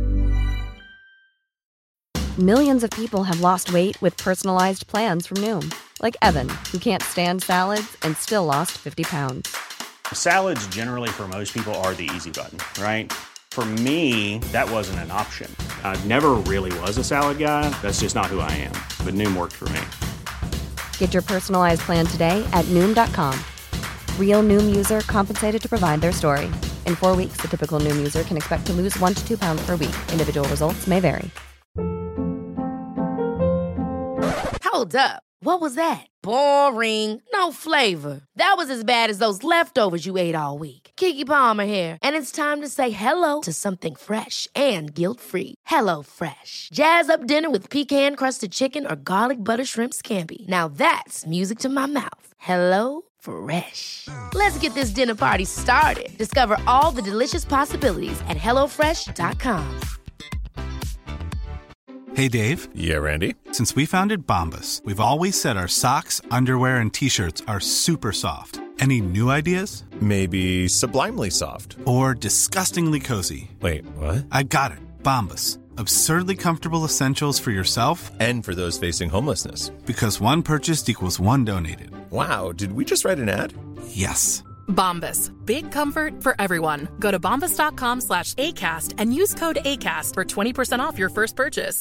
[SPEAKER 7] Millions of people have lost weight with personalized plans from Noom. Like Evan, who can't stand salads and still lost 50 pounds.
[SPEAKER 8] Salads generally for most people are the easy button, right? For me, that wasn't an option. I never really was a salad guy. That's just not who I am. But Noom worked for me.
[SPEAKER 7] Get your personalized plan today at Noom.com. Real Noom user compensated to provide their story. In 4 weeks, the typical Noom user can expect to lose 1 to 2 pounds per week. Individual results may vary.
[SPEAKER 2] Hold up. What was that? Boring. No flavor. That was as bad as those leftovers you ate all week. Keke Palmer here, and it's time to say hello to something fresh and guilt-free. Hello Fresh. Jazz up dinner with pecan-crusted chicken or garlic butter shrimp scampi. Now that's music to my mouth. Hello Fresh. Let's get this dinner party started. Discover all the delicious possibilities at hellofresh.com.
[SPEAKER 9] Hey, Dave.
[SPEAKER 10] Yeah, Randy.
[SPEAKER 9] Since we founded Bombas, we've always said our socks, underwear, and T-shirts are super soft. Any new ideas?
[SPEAKER 10] Maybe sublimely soft.
[SPEAKER 9] Or disgustingly cozy.
[SPEAKER 10] Wait, what?
[SPEAKER 9] I got it. Bombas. Absurdly comfortable essentials for yourself
[SPEAKER 10] and for those facing homelessness.
[SPEAKER 9] Because one purchased equals one donated.
[SPEAKER 10] Wow, did we just write an ad?
[SPEAKER 9] Yes.
[SPEAKER 11] Bombas. Big comfort for everyone. Go to bombas.com/ACAST and use code ACAST for 20% off your first purchase.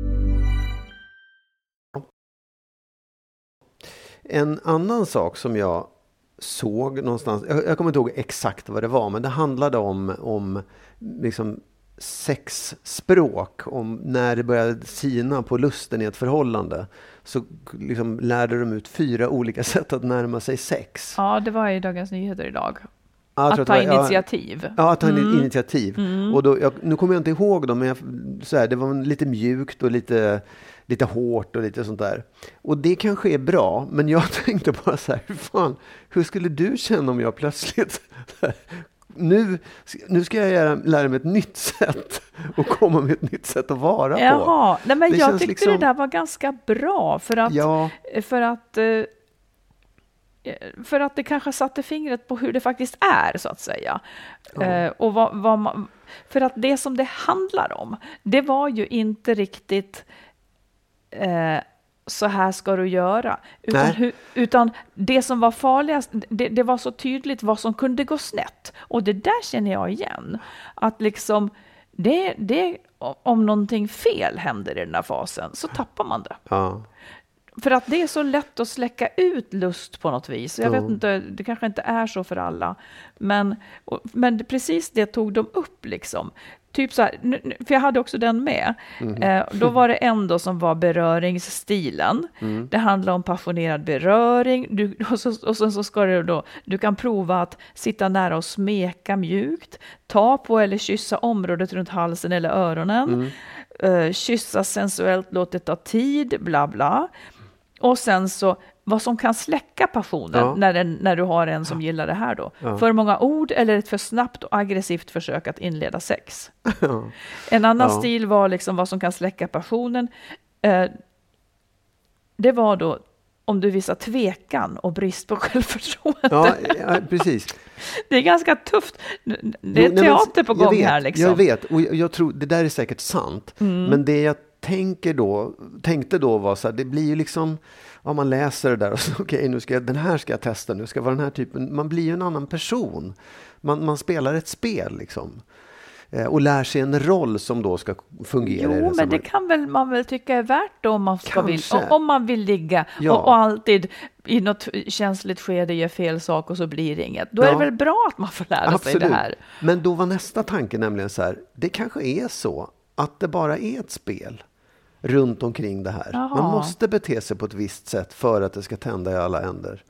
[SPEAKER 6] En annan sak som jag såg någonstans, jag kommer inte ihåg exakt vad det var, men det handlade om liksom sexspråk, om när det började sina på lusten i ett förhållande, så liksom lärde de ut 4 olika sätt att närma sig sex.
[SPEAKER 5] Ja, det var i Dagens Nyheter idag.
[SPEAKER 6] Att
[SPEAKER 5] ta initiativ.
[SPEAKER 6] Ja, att ta initiativ. Och då, nu kommer jag inte ihåg dem, men det var lite mjukt och lite hårt och lite sånt där. Och det kanske är bra, men jag tänkte bara så här, hur skulle du känna om jag plötsligt nu ska jag lära mig ett nytt sätt och komma med ett nytt sätt att vara på.
[SPEAKER 5] Jaha, nej, men jag tyckte liksom, det där var ganska bra för att det kanske satte fingret på hur det faktiskt är, så att säga. Och för att det som det handlar om, det var ju inte riktigt så här ska du göra. Utan det som var farligast, det var så tydligt vad som kunde gå snett. Och det där känner jag igen. Att liksom, om någonting fel händer i den här fasen så tappar man det.
[SPEAKER 6] Ja.
[SPEAKER 5] För att det är så lätt att släcka ut lust på något vis. Jag vet inte, det kanske inte är så för alla. Men precis det tog de upp liksom. Typ så här, för jag hade också den med. Då var det ändå som var beröringsstilen. Det handlar om passionerad beröring. Och så ska du kan prova att sitta nära och smeka mjukt. Ta på eller kyssa området runt halsen eller öronen. Kyssa sensuellt, låt det ta tid, bla bla. Och sen så, vad som kan släcka passionen när du har en som gillar det här då. För många ord eller ett för snabbt och aggressivt försök att inleda sex. En annan stil var liksom vad som kan släcka passionen. Det var då om du visar tvekan och brist på självförtroende.
[SPEAKER 6] Ja, precis.
[SPEAKER 5] Det är ganska tufft. Det är teater på gång här liksom.
[SPEAKER 6] Jag vet, och jag tror det där är säkert sant. Men det jag tänkte då var så här, det blir ju liksom, man läser det där och så okej, den här ska jag testa, nu ska vara den här typen. Man blir ju en annan person. Man spelar ett spel liksom. Och lär sig en roll som då ska fungera.
[SPEAKER 5] Jo, men det kan man väl tycka är värt då om man vill ligga och alltid i något känsligt skede gör fel sak och så blir det inget. Då är det väl bra att man får lära sig det här.
[SPEAKER 6] Men då var nästa tanke nämligen så här, det kanske är så att det bara är ett spel runt omkring det här. Man måste bete sig på ett visst sätt för att det ska tända i alla änder.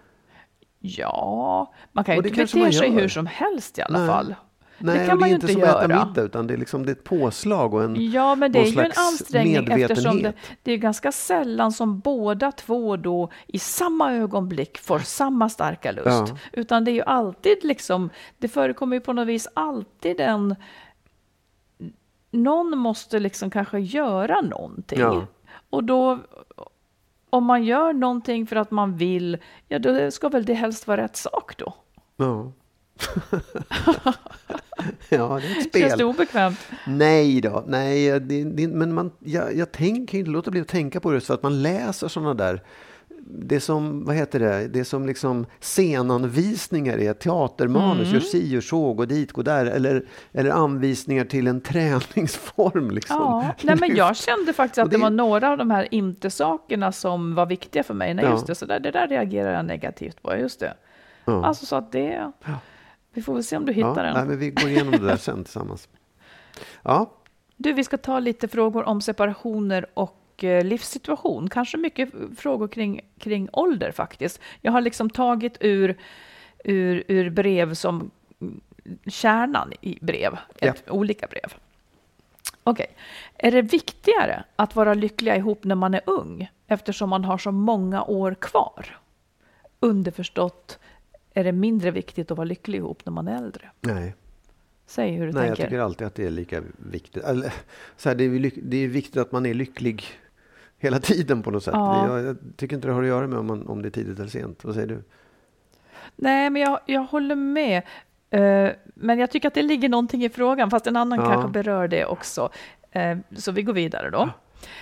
[SPEAKER 6] Ja,
[SPEAKER 5] man kan ju inte bete sig hur som helst i alla fall.
[SPEAKER 6] Nej, det kan man ju inte göra. Det är inte som att äta middag, utan det är ett påslag och
[SPEAKER 5] men det är ju en ansträngning eftersom det är ganska sällan som båda två då i samma ögonblick får samma starka lust. Utan det är ju alltid liksom, det förekommer ju på något vis alltid någon måste liksom kanske göra någonting. Och då, om man gör någonting för att man vill, då ska väl det helst vara rätt sak då.
[SPEAKER 6] Ja. Det är ett spel.
[SPEAKER 5] Känns det obekvämt?
[SPEAKER 6] Nej då, men jag tänker inte låta bli att tänka på det så att man läser sådana där, det som, det som liksom scenanvisningar är, teatermanus, gör si, gör så, gå dit, gå där, eller anvisningar till en träningsform liksom.
[SPEAKER 5] Men jag kände faktiskt att det var några av de här inte-sakerna som var viktiga för mig. Nej, just det, så det där reagerar jag negativt på, just det. Alltså så att det... Vi får väl se om du hittar den.
[SPEAKER 6] Nej, men vi går igenom det där sen tillsammans. Ja.
[SPEAKER 5] Du, vi ska ta lite frågor om separationer och livssituation. Kanske mycket frågor kring ålder faktiskt. Jag har liksom tagit ur brev som kärnan i brev. Olika brev. Okej. Är det viktigare att vara lyckliga ihop när man är ung? Eftersom man har så många år kvar. Underförstått, är det mindre viktigt att vara lycklig ihop när man är äldre?
[SPEAKER 6] Nej.
[SPEAKER 5] Säg hur du tänker.
[SPEAKER 6] Jag tycker alltid att det är lika viktigt. Så här, det är viktigt att man är lycklig hela tiden på något sätt. Jag tycker inte det har att göra med om det är tidigt eller sent. Vad säger du?
[SPEAKER 5] Nej, men jag håller med. Men jag tycker att det ligger någonting i frågan, fast en annan kanske berör det också. Så vi går vidare då.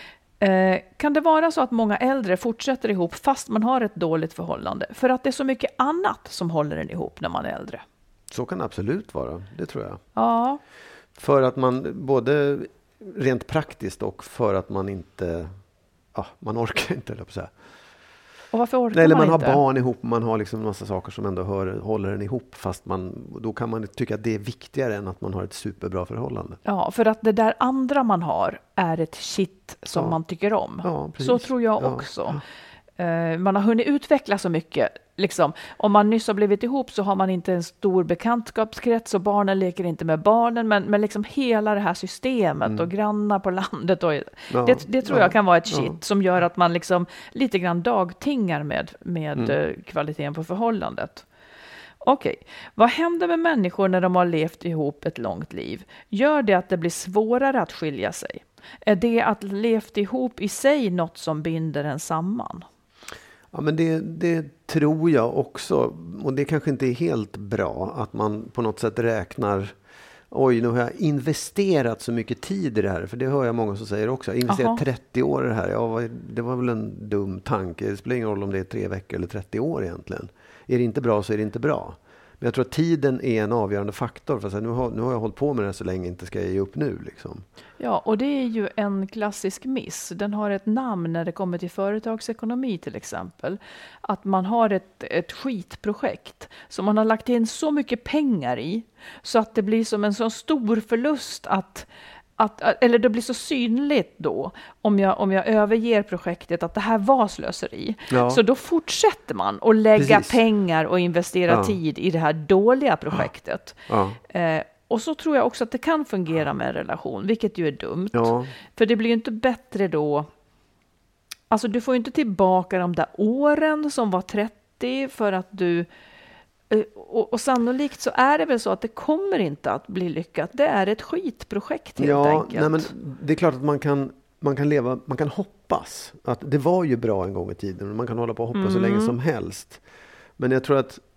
[SPEAKER 5] Kan det vara så att många äldre fortsätter ihop fast man har ett dåligt förhållande? För att det är så mycket annat som håller en ihop när man är äldre.
[SPEAKER 6] Så kan det absolut vara, det tror jag.
[SPEAKER 5] Ja.
[SPEAKER 6] För att man, både rent praktiskt och för att man inte, man orkar inte, eller på så här.
[SPEAKER 5] Och varför orkar
[SPEAKER 6] eller
[SPEAKER 5] man
[SPEAKER 6] inte?
[SPEAKER 5] Eller man
[SPEAKER 6] har barn ihop, man har liksom en massa saker som ändå håller en ihop, fast då kan man tycka att det är viktigare än att man har ett superbra förhållande.
[SPEAKER 5] Ja, för att det där andra man har är ett shit som man tycker om.
[SPEAKER 6] Ja,
[SPEAKER 5] så tror jag också. Man har hunnit utveckla så mycket. Liksom. Om man nyss har blivit ihop så har man inte en stor bekantskapskrets och barnen leker inte med barnen, men liksom hela det här systemet och grannar på landet. Och det tror jag kan vara ett shit som gör att man liksom lite grann dagtingar med kvaliteten på förhållandet. Okej, vad händer med människor när de har levt ihop ett långt liv? Gör det att det blir svårare att skilja sig? Är det att levt ihop i sig något som binder en samman?
[SPEAKER 6] Ja, men det tror jag också. Och det kanske inte är helt bra att man på något sätt räknar, nu har jag investerat så mycket tid i det här. För det hör jag många som säger också. Jag har investerat 30 år i det här. Det var väl en dum tanke. Det spelar ingen roll om det är 3 veckor eller 30 år egentligen. Är det inte bra så är det inte bra. Men jag tror att tiden är en avgörande faktor. För att nu har jag hållit på med det så länge, inte ska jag ge upp nu. Liksom.
[SPEAKER 5] Ja, och det är ju en klassisk miss. Den har ett namn när det kommer till företagsekonomi till exempel. Att man har ett skitprojekt som man har lagt in så mycket pengar i. Så att det blir som en så stor förlust eller det blir så synligt då om jag överger projektet att det här var slöseri. Ja. Så då fortsätter man att lägga pengar och investera tid i det här dåliga projektet. Ja. Och så tror jag också att det kan fungera med en relation, vilket ju är dumt. Ja. För det blir ju inte bättre då. Alltså du får ju inte tillbaka de där åren som var 30 för att du... Och sannolikt så är det väl så att det kommer inte att bli lyckat. Det är ett skitprojekt helt enkelt. Nej, men
[SPEAKER 6] det är klart att man kan leva, man kan hoppas att det var ju bra en gång i tiden. Man kan hålla på och hoppas så länge som helst. Men jag tror att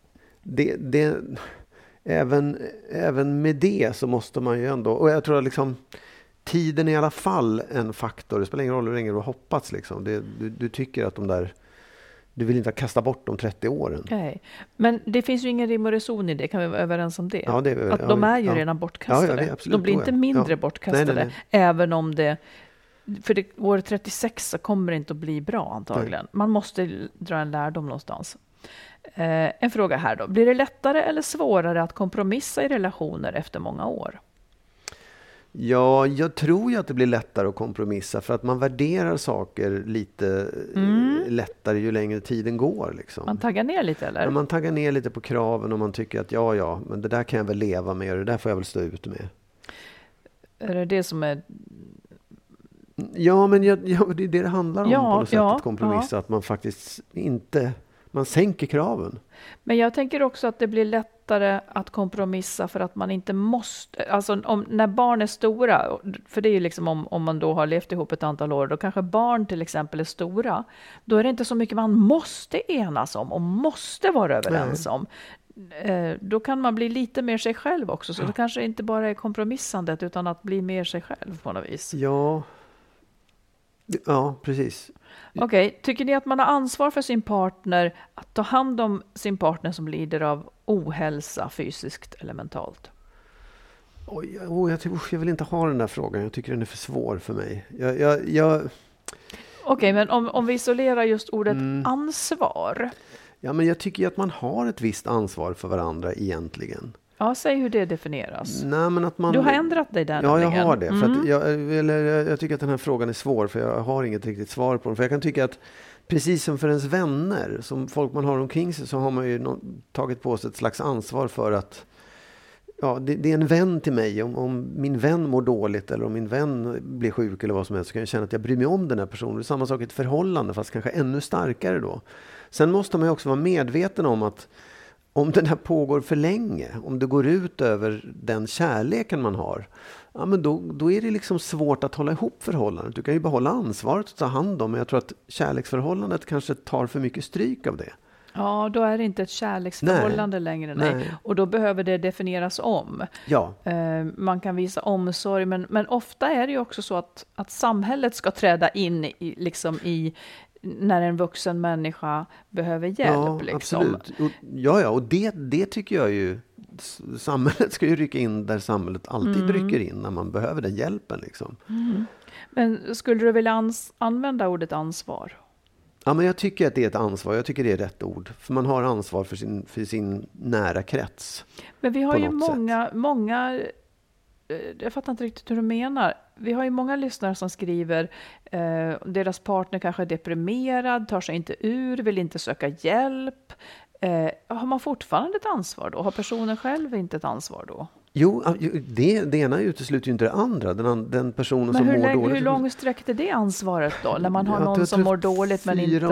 [SPEAKER 6] även med det så måste man ju ändå, och jag tror att liksom tiden är i alla fall en faktor. Det spelar ingen roll hur länge du har hoppats liksom. Du tycker att du vill inte kasta bort de 30 åren. Nej.
[SPEAKER 5] Men det finns ju ingen rim och reson i det. Kan vi vara överens om det?
[SPEAKER 6] Ja, det
[SPEAKER 5] att de är ju redan bortkastade.
[SPEAKER 6] Ja, absolut,
[SPEAKER 5] de blir inte mindre bortkastade. Nej. Även om det... För år 36 så kommer det inte att bli bra antagligen. Nej. Man måste dra en lärdom någonstans. En fråga här då. Blir det lättare eller svårare att kompromissa i relationer efter många år?
[SPEAKER 6] Ja, jag tror ju att det blir lättare att kompromissa för att man värderar saker lite lättare ju längre tiden går. Liksom.
[SPEAKER 5] Man taggar ner lite eller?
[SPEAKER 6] Ja, man taggar ner lite på kraven och man tycker att ja, men det där kan jag väl leva med och det där får jag väl stå ut med.
[SPEAKER 5] Är det som är...
[SPEAKER 6] Ja, men det är det handlar om på något sätt att kompromissa. Att man faktiskt inte... Man sänker kraven.
[SPEAKER 5] Men jag tänker också att det blir lättare att kompromissa för att man inte måste... Alltså när barn är stora, för det är ju liksom om man då har levt ihop ett antal år, då kanske barn till exempel är stora, då är det inte så mycket man måste enas om och måste vara överens om. Då kan man bli lite mer sig själv också. Så det kanske inte bara är kompromissandet utan att bli mer sig själv på något vis.
[SPEAKER 6] Ja, precis.
[SPEAKER 5] Okej, tycker ni att man har ansvar för sin partner att ta hand om sin partner som lider av ohälsa fysiskt eller mentalt?
[SPEAKER 6] Jag vill inte ha den där frågan. Jag tycker den är för svår för mig.
[SPEAKER 5] Okej, men om vi isolerar just ordet ansvar.
[SPEAKER 6] Ja, men jag tycker att man har ett visst ansvar för varandra egentligen.
[SPEAKER 5] Ja, säg hur det definieras.
[SPEAKER 6] Nej, men att man...
[SPEAKER 5] Du har ändrat dig där.
[SPEAKER 6] Ja, jag har det. För att jag tycker att den här frågan är svår för jag har inget riktigt svar på den. För jag kan tycka att precis som för ens vänner, som folk man har omkring sig, så har man ju tagit på sig ett slags ansvar för att det är en vän till mig. Om min vän mår dåligt eller om min vän blir sjuk eller vad som helst så kan jag känna att jag bryr mig om den här personen. Det är samma sak i ett förhållande fast kanske ännu starkare då. Sen måste man ju också vara medveten om att om den här pågår för länge, om det går ut över den kärleken man har, ja, men då är det liksom svårt att hålla ihop förhållandet. Du kan ju behålla ansvaret att ta hand om, men jag tror att kärleksförhållandet kanske tar för mycket stryk av det.
[SPEAKER 5] Ja, då är det inte ett kärleksförhållande längre. Nej. Och då behöver det definieras om.
[SPEAKER 6] Ja.
[SPEAKER 5] Man kan visa omsorg, men ofta är det ju också så att samhället ska träda in i när en vuxen människa behöver hjälp.
[SPEAKER 6] Ja,
[SPEAKER 5] liksom.
[SPEAKER 6] Absolut. Och det tycker jag ju, samhället ska ju rycka in där samhället alltid rycker in när man behöver den hjälpen. Liksom.
[SPEAKER 5] Men skulle du vilja använda ordet ansvar?
[SPEAKER 6] Ja, men jag tycker att det är ett ansvar. Jag tycker det är rätt ord. För man har ansvar för sin nära krets.
[SPEAKER 5] Men vi har ju många... Jag fattar inte riktigt hur du menar. Vi har ju många lyssnare som skriver deras partner kanske är deprimerad, tar sig inte ur, vill inte söka hjälp. Har man fortfarande ett ansvar då? Har personen själv inte ett ansvar då?
[SPEAKER 6] Jo, det ena utesluter ju inte det andra. Den personen som mår dåligt.
[SPEAKER 5] Men hur långt sträckte det ansvaret då? När man har någon som mår dåligt men inte...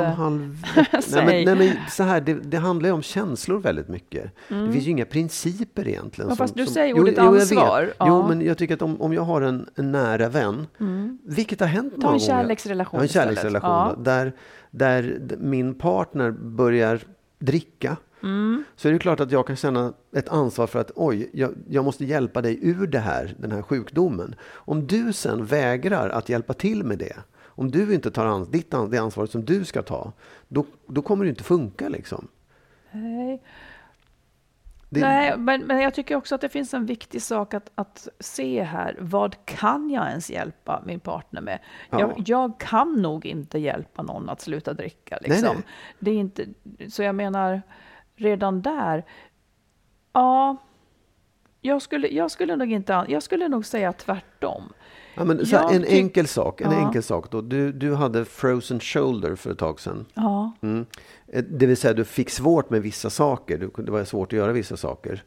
[SPEAKER 6] 4,5 nej, men så här, det handlar ju om känslor väldigt mycket. Det finns ju inga principer egentligen.
[SPEAKER 5] Ja, fast du säger ordet ansvar.
[SPEAKER 6] Jo, men jag tycker att om jag har en nära vän, vilket har hänt många gånger.
[SPEAKER 5] En kärleksrelation.
[SPEAKER 6] En kärleksrelation där min partner börjar dricka. Så är det klart att jag kan känna ett ansvar för att jag måste hjälpa dig ur den här sjukdomen. Om du sen vägrar att hjälpa till med det, om du inte tar det ansvaret som du ska ta, då kommer det inte funka liksom.
[SPEAKER 5] Nej. Nej, men jag tycker också att det finns en viktig sak att se här. Vad kan jag ens hjälpa min partner med?
[SPEAKER 6] Ja.
[SPEAKER 5] Jag kan nog inte hjälpa någon att sluta dricka. Liksom.
[SPEAKER 6] Nej.
[SPEAKER 5] Det är inte, så jag menar, redan där, ja, jag skulle nog säga tvärtom.
[SPEAKER 6] Ja, men så här, en enkel sak då. Du hade frozen shoulder för ett tag sedan.
[SPEAKER 5] Ja.
[SPEAKER 6] Det vill säga du fick svårt med vissa saker. Det var svårt att göra vissa saker.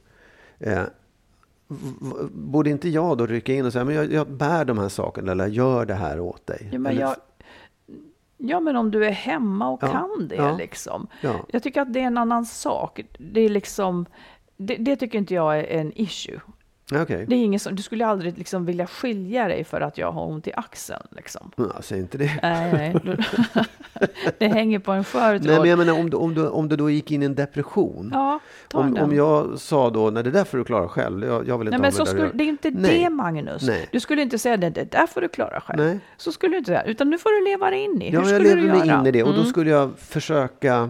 [SPEAKER 6] Borde inte jag då rycka in och säga, men jag bär de här sakerna eller gör det här åt dig?
[SPEAKER 5] Men om du är hemma och kan det liksom. Ja. Jag tycker att det är en annan sak. Det är liksom, det tycker inte jag är en issue.
[SPEAKER 6] Okay.
[SPEAKER 5] Det är ingen som, du skulle aldrig liksom vilja skilja dig för att jag har ont i axeln. Liksom.
[SPEAKER 6] Ja, säg inte det.
[SPEAKER 5] Nej. Det hänger på en skör tråd.
[SPEAKER 6] Nej, men jag menar om du då gick in i en depression.
[SPEAKER 5] Ja,
[SPEAKER 6] om jag sa då, nej, det där får du klara själv. Jag vill inte
[SPEAKER 5] nej, men så skulle, det är inte det, Magnus.
[SPEAKER 6] Nej.
[SPEAKER 5] Du skulle inte säga det där får du klara själv.
[SPEAKER 6] Nej.
[SPEAKER 5] Så skulle du inte säga, utan nu får du leva dig in i. Hur skulle
[SPEAKER 6] jag
[SPEAKER 5] du
[SPEAKER 6] lever
[SPEAKER 5] göra?
[SPEAKER 6] mig in i det och då skulle jag försöka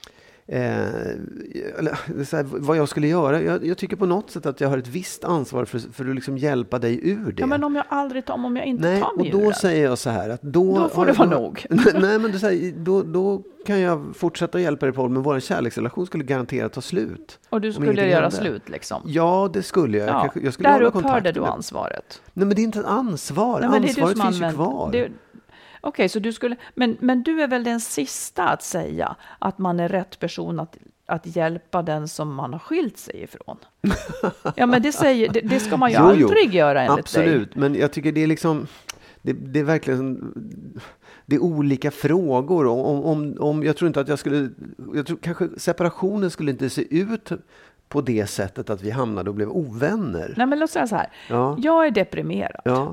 [SPEAKER 6] vad jag skulle göra. Jag tycker på något sätt att jag har ett visst ansvar för att liksom hjälpa dig ur det.
[SPEAKER 5] Ja, men om jag inte tar mig ur det.
[SPEAKER 6] Och då säger jag så här att då
[SPEAKER 5] får det vara nog.
[SPEAKER 6] Nej, men du säger, då kan jag fortsätta att hjälpa dig på, men vår kärleksrelation skulle garanterat ta slut.
[SPEAKER 5] Och du skulle göra slut liksom?
[SPEAKER 6] Ja, det skulle jag.
[SPEAKER 5] Ja.
[SPEAKER 6] Jag skulle
[SPEAKER 5] där upphörde du ansvaret.
[SPEAKER 6] Nej, men det är inte ett ansvar. Nej, ansvaret finns ju kvar.
[SPEAKER 5] Okej, så du skulle, men du är väl den sista att säga att man är rätt person att hjälpa den som man har skilt sig ifrån. Ja, men det ska man ju aldrig göra enligt
[SPEAKER 6] absolut,
[SPEAKER 5] dig.
[SPEAKER 6] Men jag tycker det är liksom det är verkligen det är olika frågor. Om jag tror inte att jag tror kanske separationen skulle inte se ut på det sättet att vi hamnade och blev ovänner.
[SPEAKER 5] Nej, men låt säga så här. Ja. Jag är deprimerad.
[SPEAKER 6] Ja.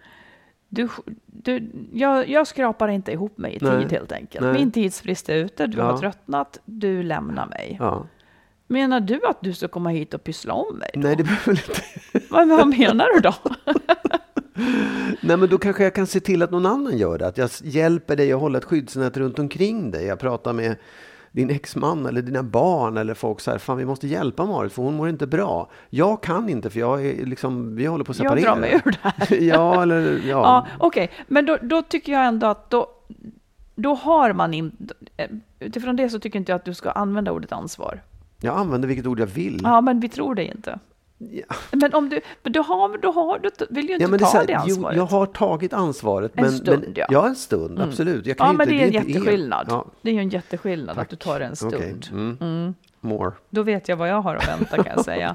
[SPEAKER 5] Jag skrapar inte ihop mig i tid helt enkelt. Nej. Min tidsfrist är ute, du har tröttnat, du lämnar mig. Ja. Menar du att du ska komma hit och pyssla om mig då?
[SPEAKER 6] Nej, det behöver inte.
[SPEAKER 5] Vad menar du då?
[SPEAKER 6] Nej, men då kanske jag kan se till att någon annan gör det. Att jag hjälper dig att hålla ett skyddsnät runt omkring dig. Jag pratar med din exman eller dina barn eller folk så här, fan vi måste hjälpa Marit för hon mår inte bra. Jag kan inte för jag är liksom, vi håller på att separera.
[SPEAKER 5] Jag drar mig ur det här. Ja, okej. Men då tycker jag ändå att då har man utifrån det så tycker inte jag att du ska använda ordet ansvar.
[SPEAKER 6] Jag använder vilket ord jag vill.
[SPEAKER 5] Ja, men vi tror det inte. Ja. Men om du vill ju inte ta det ansvaret.
[SPEAKER 6] Jag har tagit ansvaret.
[SPEAKER 5] En stund.
[SPEAKER 6] En stund, absolut. Jag kan
[SPEAKER 5] men det är en jätteskillnad. Ja. Det är ju en jätteskillnad. Tack. Att du tar en stund.
[SPEAKER 6] Okay. More.
[SPEAKER 5] Då vet jag vad jag har att vänta, kan jag säga.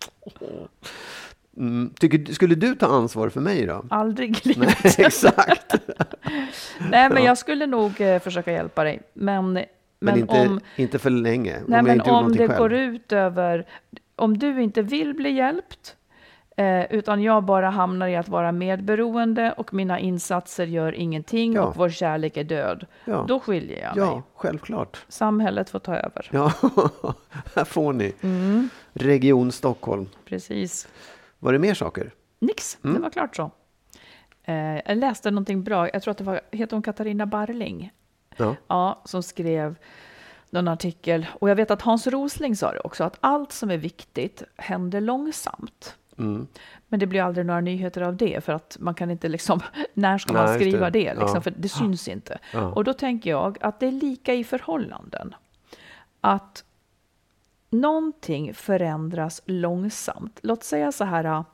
[SPEAKER 6] Skulle du ta ansvar för mig då?
[SPEAKER 5] Aldrig i livet.
[SPEAKER 6] Nej, exakt.
[SPEAKER 5] Nej, men jag skulle nog försöka hjälpa dig. Men
[SPEAKER 6] inte för länge.
[SPEAKER 5] Nej, men om det går ut över... Om du inte vill bli hjälpt, utan jag bara hamnar i att vara medberoende och mina insatser gör ingenting och vår kärlek är död, då skiljer jag mig.
[SPEAKER 6] Ja, självklart.
[SPEAKER 5] Samhället får ta över.
[SPEAKER 6] Ja, här får ni. Region Stockholm.
[SPEAKER 5] Precis.
[SPEAKER 6] Var det mer saker?
[SPEAKER 5] Nix, det var klart så. Jag läste någonting bra, jag tror att heter hon Katarina Barling. Ja, som skrev någon artikel. Och jag vet att Hans Rosling sa det också, att allt som är viktigt händer långsamt. Men det blir aldrig några nyheter av det, för att man kan inte liksom, när ska man skriva det liksom, för det syns inte. Och då tänker jag att det är lika i förhållanden. Att någonting förändras långsamt. Låt säga så här,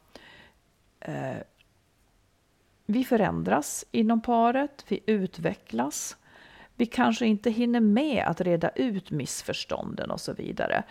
[SPEAKER 5] vi förändras inom paret, vi utvecklas. Vi kanske inte hinner med att reda ut missförstånden och så vidare.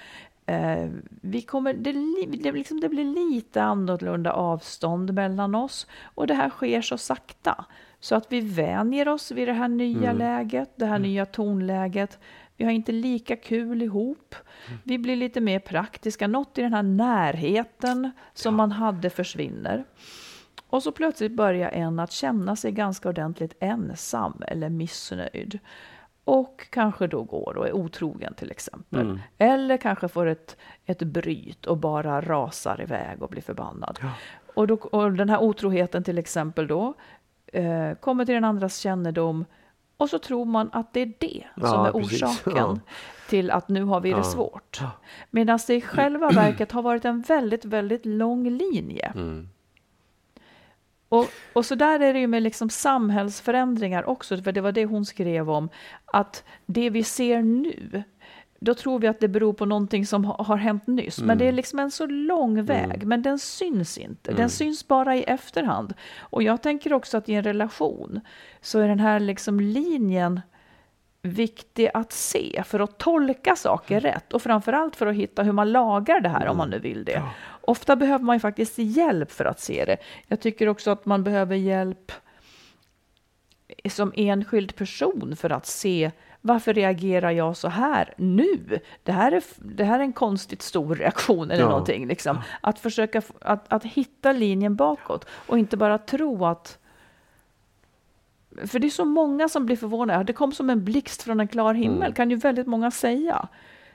[SPEAKER 5] Det blir lite annorlunda avstånd mellan oss. Och det här sker så sakta. Så att vi vänjer oss vid det här nya läget, det här nya tonläget. Vi har inte lika kul ihop. Vi blir lite mer praktiska. Något i den här närheten som man hade försvinner. Och så plötsligt börjar en att känna sig ganska ordentligt ensam eller missnöjd. Och kanske då går och är otrogen till exempel. Eller kanske får ett bryt och bara rasar iväg och blir förbannad. Ja. Och den här otroheten till exempel då kommer till den andras kännedom. Och så tror man att det är det som är orsaken till att nu har vi det svårt. Medan det i själva verket har varit en väldigt, väldigt lång linje. Och så där är det ju med liksom samhällsförändringar också, för det var det hon skrev om, att det vi ser nu, då tror vi att det beror på någonting som har hänt nyss. Men det är liksom en så lång väg, men den syns inte. Den syns bara i efterhand. Och jag tänker också att i en relation så är den här liksom linjen viktig att se för att tolka saker rätt. Och framförallt för att hitta hur man lagar det här om man nu vill det. Ofta behöver man ju faktiskt hjälp för att se det. Jag tycker också att man behöver hjälp som enskild person för att se varför reagerar jag så här nu? Det här är en konstigt stor reaktion eller någonting. Liksom. Att försöka att hitta linjen bakåt och inte bara tro att... För det är så många som blir förvånade. Det kom som en blixt från en klar himmel, kan ju väldigt många säga.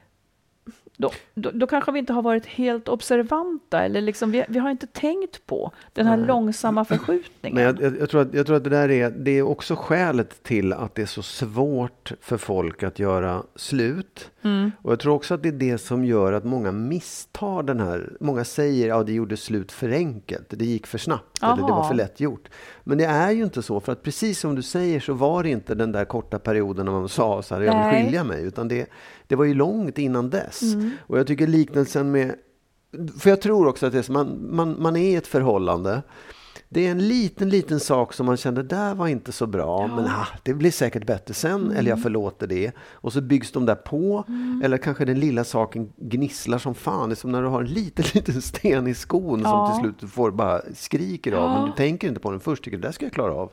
[SPEAKER 5] Då kanske vi inte har varit helt observanta eller liksom, vi har inte tänkt på den här långsamma förskjutningen.
[SPEAKER 6] Men jag tror att det är också skälet till att det är så svårt för folk att göra slut. Och jag tror också att det är det som gör att många misstar den här. Många säger att det gjorde slut för enkelt. Det gick för snabbt eller det var för lätt gjort. Men det är ju inte så, för att precis som du säger så var det inte den där korta perioden när man sa så här, jag vill skilja mig, utan det var ju långt innan dess. Och jag tycker liknelsen med, för jag tror också att det är så, man är i ett förhållande, det är en liten sak som man kände, där var inte så bra, men det blir säkert bättre sen, eller jag förlåter det. Och så byggs de där på, eller kanske den lilla saken gnisslar som fan. Det är som när du har en liten sten i skon som till slut du får bara skriker av, men du tänker inte på den först, tycker det där ska jag klara av.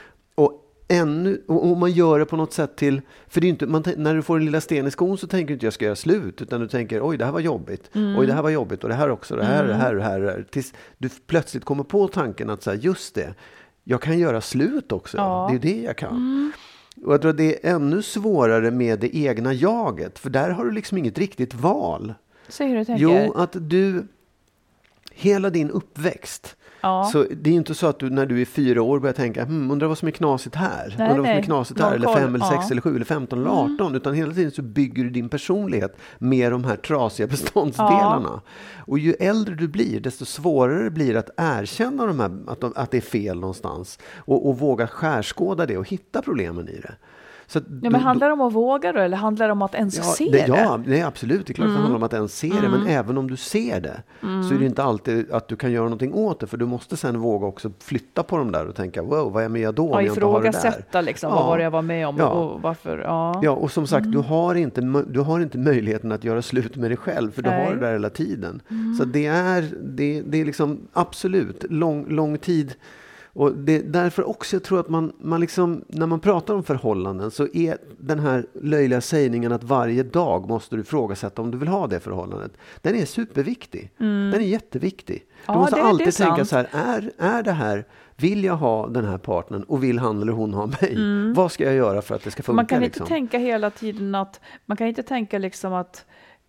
[SPEAKER 6] Och man gör det på något sätt till, för det är inte, när du får en lilla sten i skon så tänker du inte jag ska göra slut, utan du tänker oj det här var jobbigt, oj det här var jobbigt och det här också, det här. Tills du plötsligt kommer på tanken att så här, just det, jag kan göra slut också, det är det jag kan. Och jag tror att det är ännu svårare med det egna jaget, för där har du liksom inget riktigt val.
[SPEAKER 5] Säg hur du tänker.
[SPEAKER 6] Jo, att du hela din uppväxt. Så det är inte så att du när du är 4 år börjar tänka, undrar vad som är knasigt här. Undrar vad som är knasigt här. Eller 5 eller 6 eller 7 eller 15 eller 18. Utan hela tiden så bygger du din personlighet med de här trasiga beståndsdelarna. Och ju äldre du blir, desto svårare blir det att erkänna de här, att det är fel någonstans. Och våga skärskåda det och hitta problemen i det. Så
[SPEAKER 5] men handlar det om att våga då, eller handlar det om att ens se det?
[SPEAKER 6] Ja, det är absolut. Det är klart att det handlar om att ens se det. Men även om du ser det så är det inte alltid att du kan göra någonting åt det. För du måste sen våga också flytta på dem där och tänka, wow, vad är jag med då om jag inte har det där?
[SPEAKER 5] Ifrågasätta liksom, vad var det jag var med om och varför? Ja,
[SPEAKER 6] och som sagt, du har inte möjligheten att göra slut med dig själv. För du har det där hela tiden. Så det är liksom absolut lång tid. Och det är därför också jag tror att man liksom, när man pratar om förhållanden så är den här löjliga sägningen att varje dag måste du ifrågasätta om du vill ha det förhållandet. Den är superviktig. Den är jätteviktig. Du måste alltid tänka så här, är det här, vill jag ha den här partnern och vill han eller hon ha mig? Vad ska jag göra för att det ska funka?
[SPEAKER 5] Man kan inte tänka hela tiden att, man kan inte tänka liksom att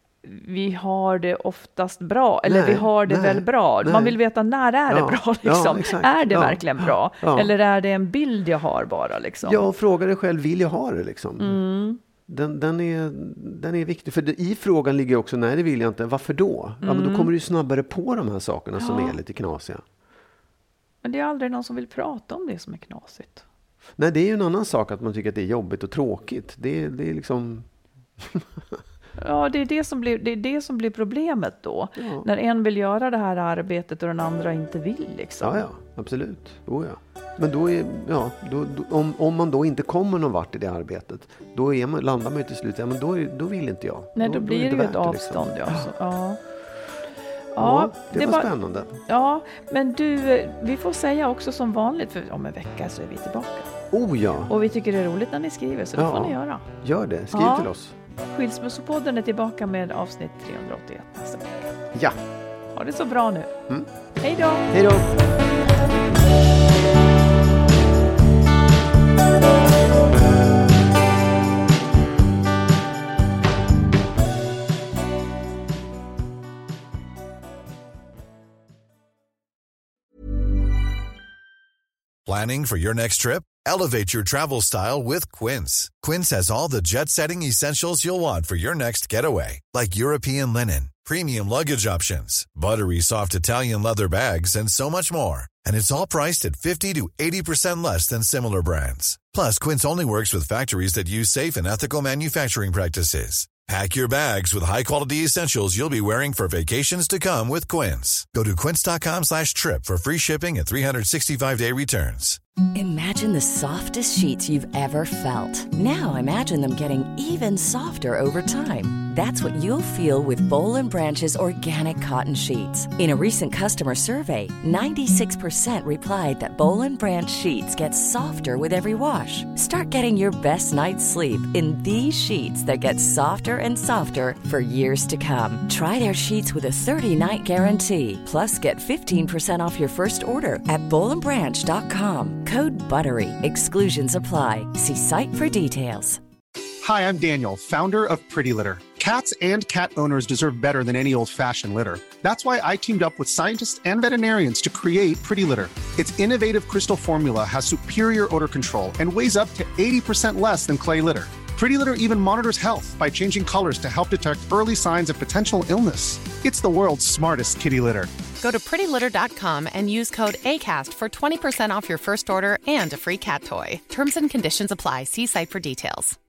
[SPEAKER 5] vi har det oftast bra, eller vi har det väl bra. Man vill veta när är det bra liksom. Är det verkligen bra? Eller är det en bild jag har bara liksom?
[SPEAKER 6] Ja, fråga dig själv, vill jag ha det liksom? Den är viktig, för i frågan ligger också, nej det vill jag inte, varför då? Ja, men då kommer du snabbare på de här sakerna som är lite knasiga.
[SPEAKER 5] Men det är aldrig någon som vill prata om det som är knasigt.
[SPEAKER 6] Nej, det är ju en annan sak att man tycker att det är jobbigt och tråkigt. Det är liksom...
[SPEAKER 5] Ja, det är det som blir problemet då. Ja. När en vill göra det här arbetet och den andra inte vill liksom.
[SPEAKER 6] Ja, absolut. Ja. Men då är, om man då inte kommer någon vart i det arbetet, då landar man ju till slut, ja men då vill inte jag.
[SPEAKER 5] Nej, då blir det ju ett avstånd. Liksom.
[SPEAKER 6] Ja, det var spännande.
[SPEAKER 5] Ja, men du, vi får säga också som vanligt, för om en vecka så är vi tillbaka.
[SPEAKER 6] Oh ja.
[SPEAKER 5] Och vi tycker det är roligt när ni skriver, så det får ni göra.
[SPEAKER 6] Gör det, skriv till oss.
[SPEAKER 5] Skilsmässopodden är tillbaka med avsnitt 381 nästa vecka.
[SPEAKER 6] Ja.
[SPEAKER 5] Ha det så bra nu. Hej då.
[SPEAKER 6] Hej då.
[SPEAKER 1] Planning for your next trip? Elevate your travel style with Quince. Quince has all the jet-setting essentials you'll want for your next getaway, like European linen, premium luggage options, buttery soft Italian leather bags, and so much more. And it's all priced at 50 to 80% less than similar brands. Plus, Quince only works with factories that use safe and ethical manufacturing practices. Pack your bags with high-quality essentials you'll be wearing for vacations to come with Quince. Go to quince.com/trip for free shipping and 365-day returns.
[SPEAKER 12] Imagine the softest sheets you've ever felt. Now imagine them getting even softer over time. That's what you'll feel with Boll & Branch's organic cotton sheets. In a recent customer survey, 96% replied that Boll & Branch sheets get softer with every wash. Start getting your best night's sleep in these sheets that get softer and softer for years to come. Try their sheets with a 30-night guarantee. Plus, get 15% off your first order at bollandbranch.com. Code BUTTERY. Exclusions apply. See site for details.
[SPEAKER 13] Hi, I'm Daniel, founder of Pretty Litter. Cats and cat owners deserve better than any old-fashioned litter. That's why I teamed up with scientists and veterinarians to create Pretty Litter. Its innovative crystal formula has superior odor control and weighs up to 80% less than clay litter. Pretty Litter even monitors health by changing colors to help detect early signs of potential illness. It's the world's smartest kitty litter.
[SPEAKER 11] Go to prettylitter.com and use code ACAST for 20% off your first order and a free cat toy. Terms and conditions apply. See site for details.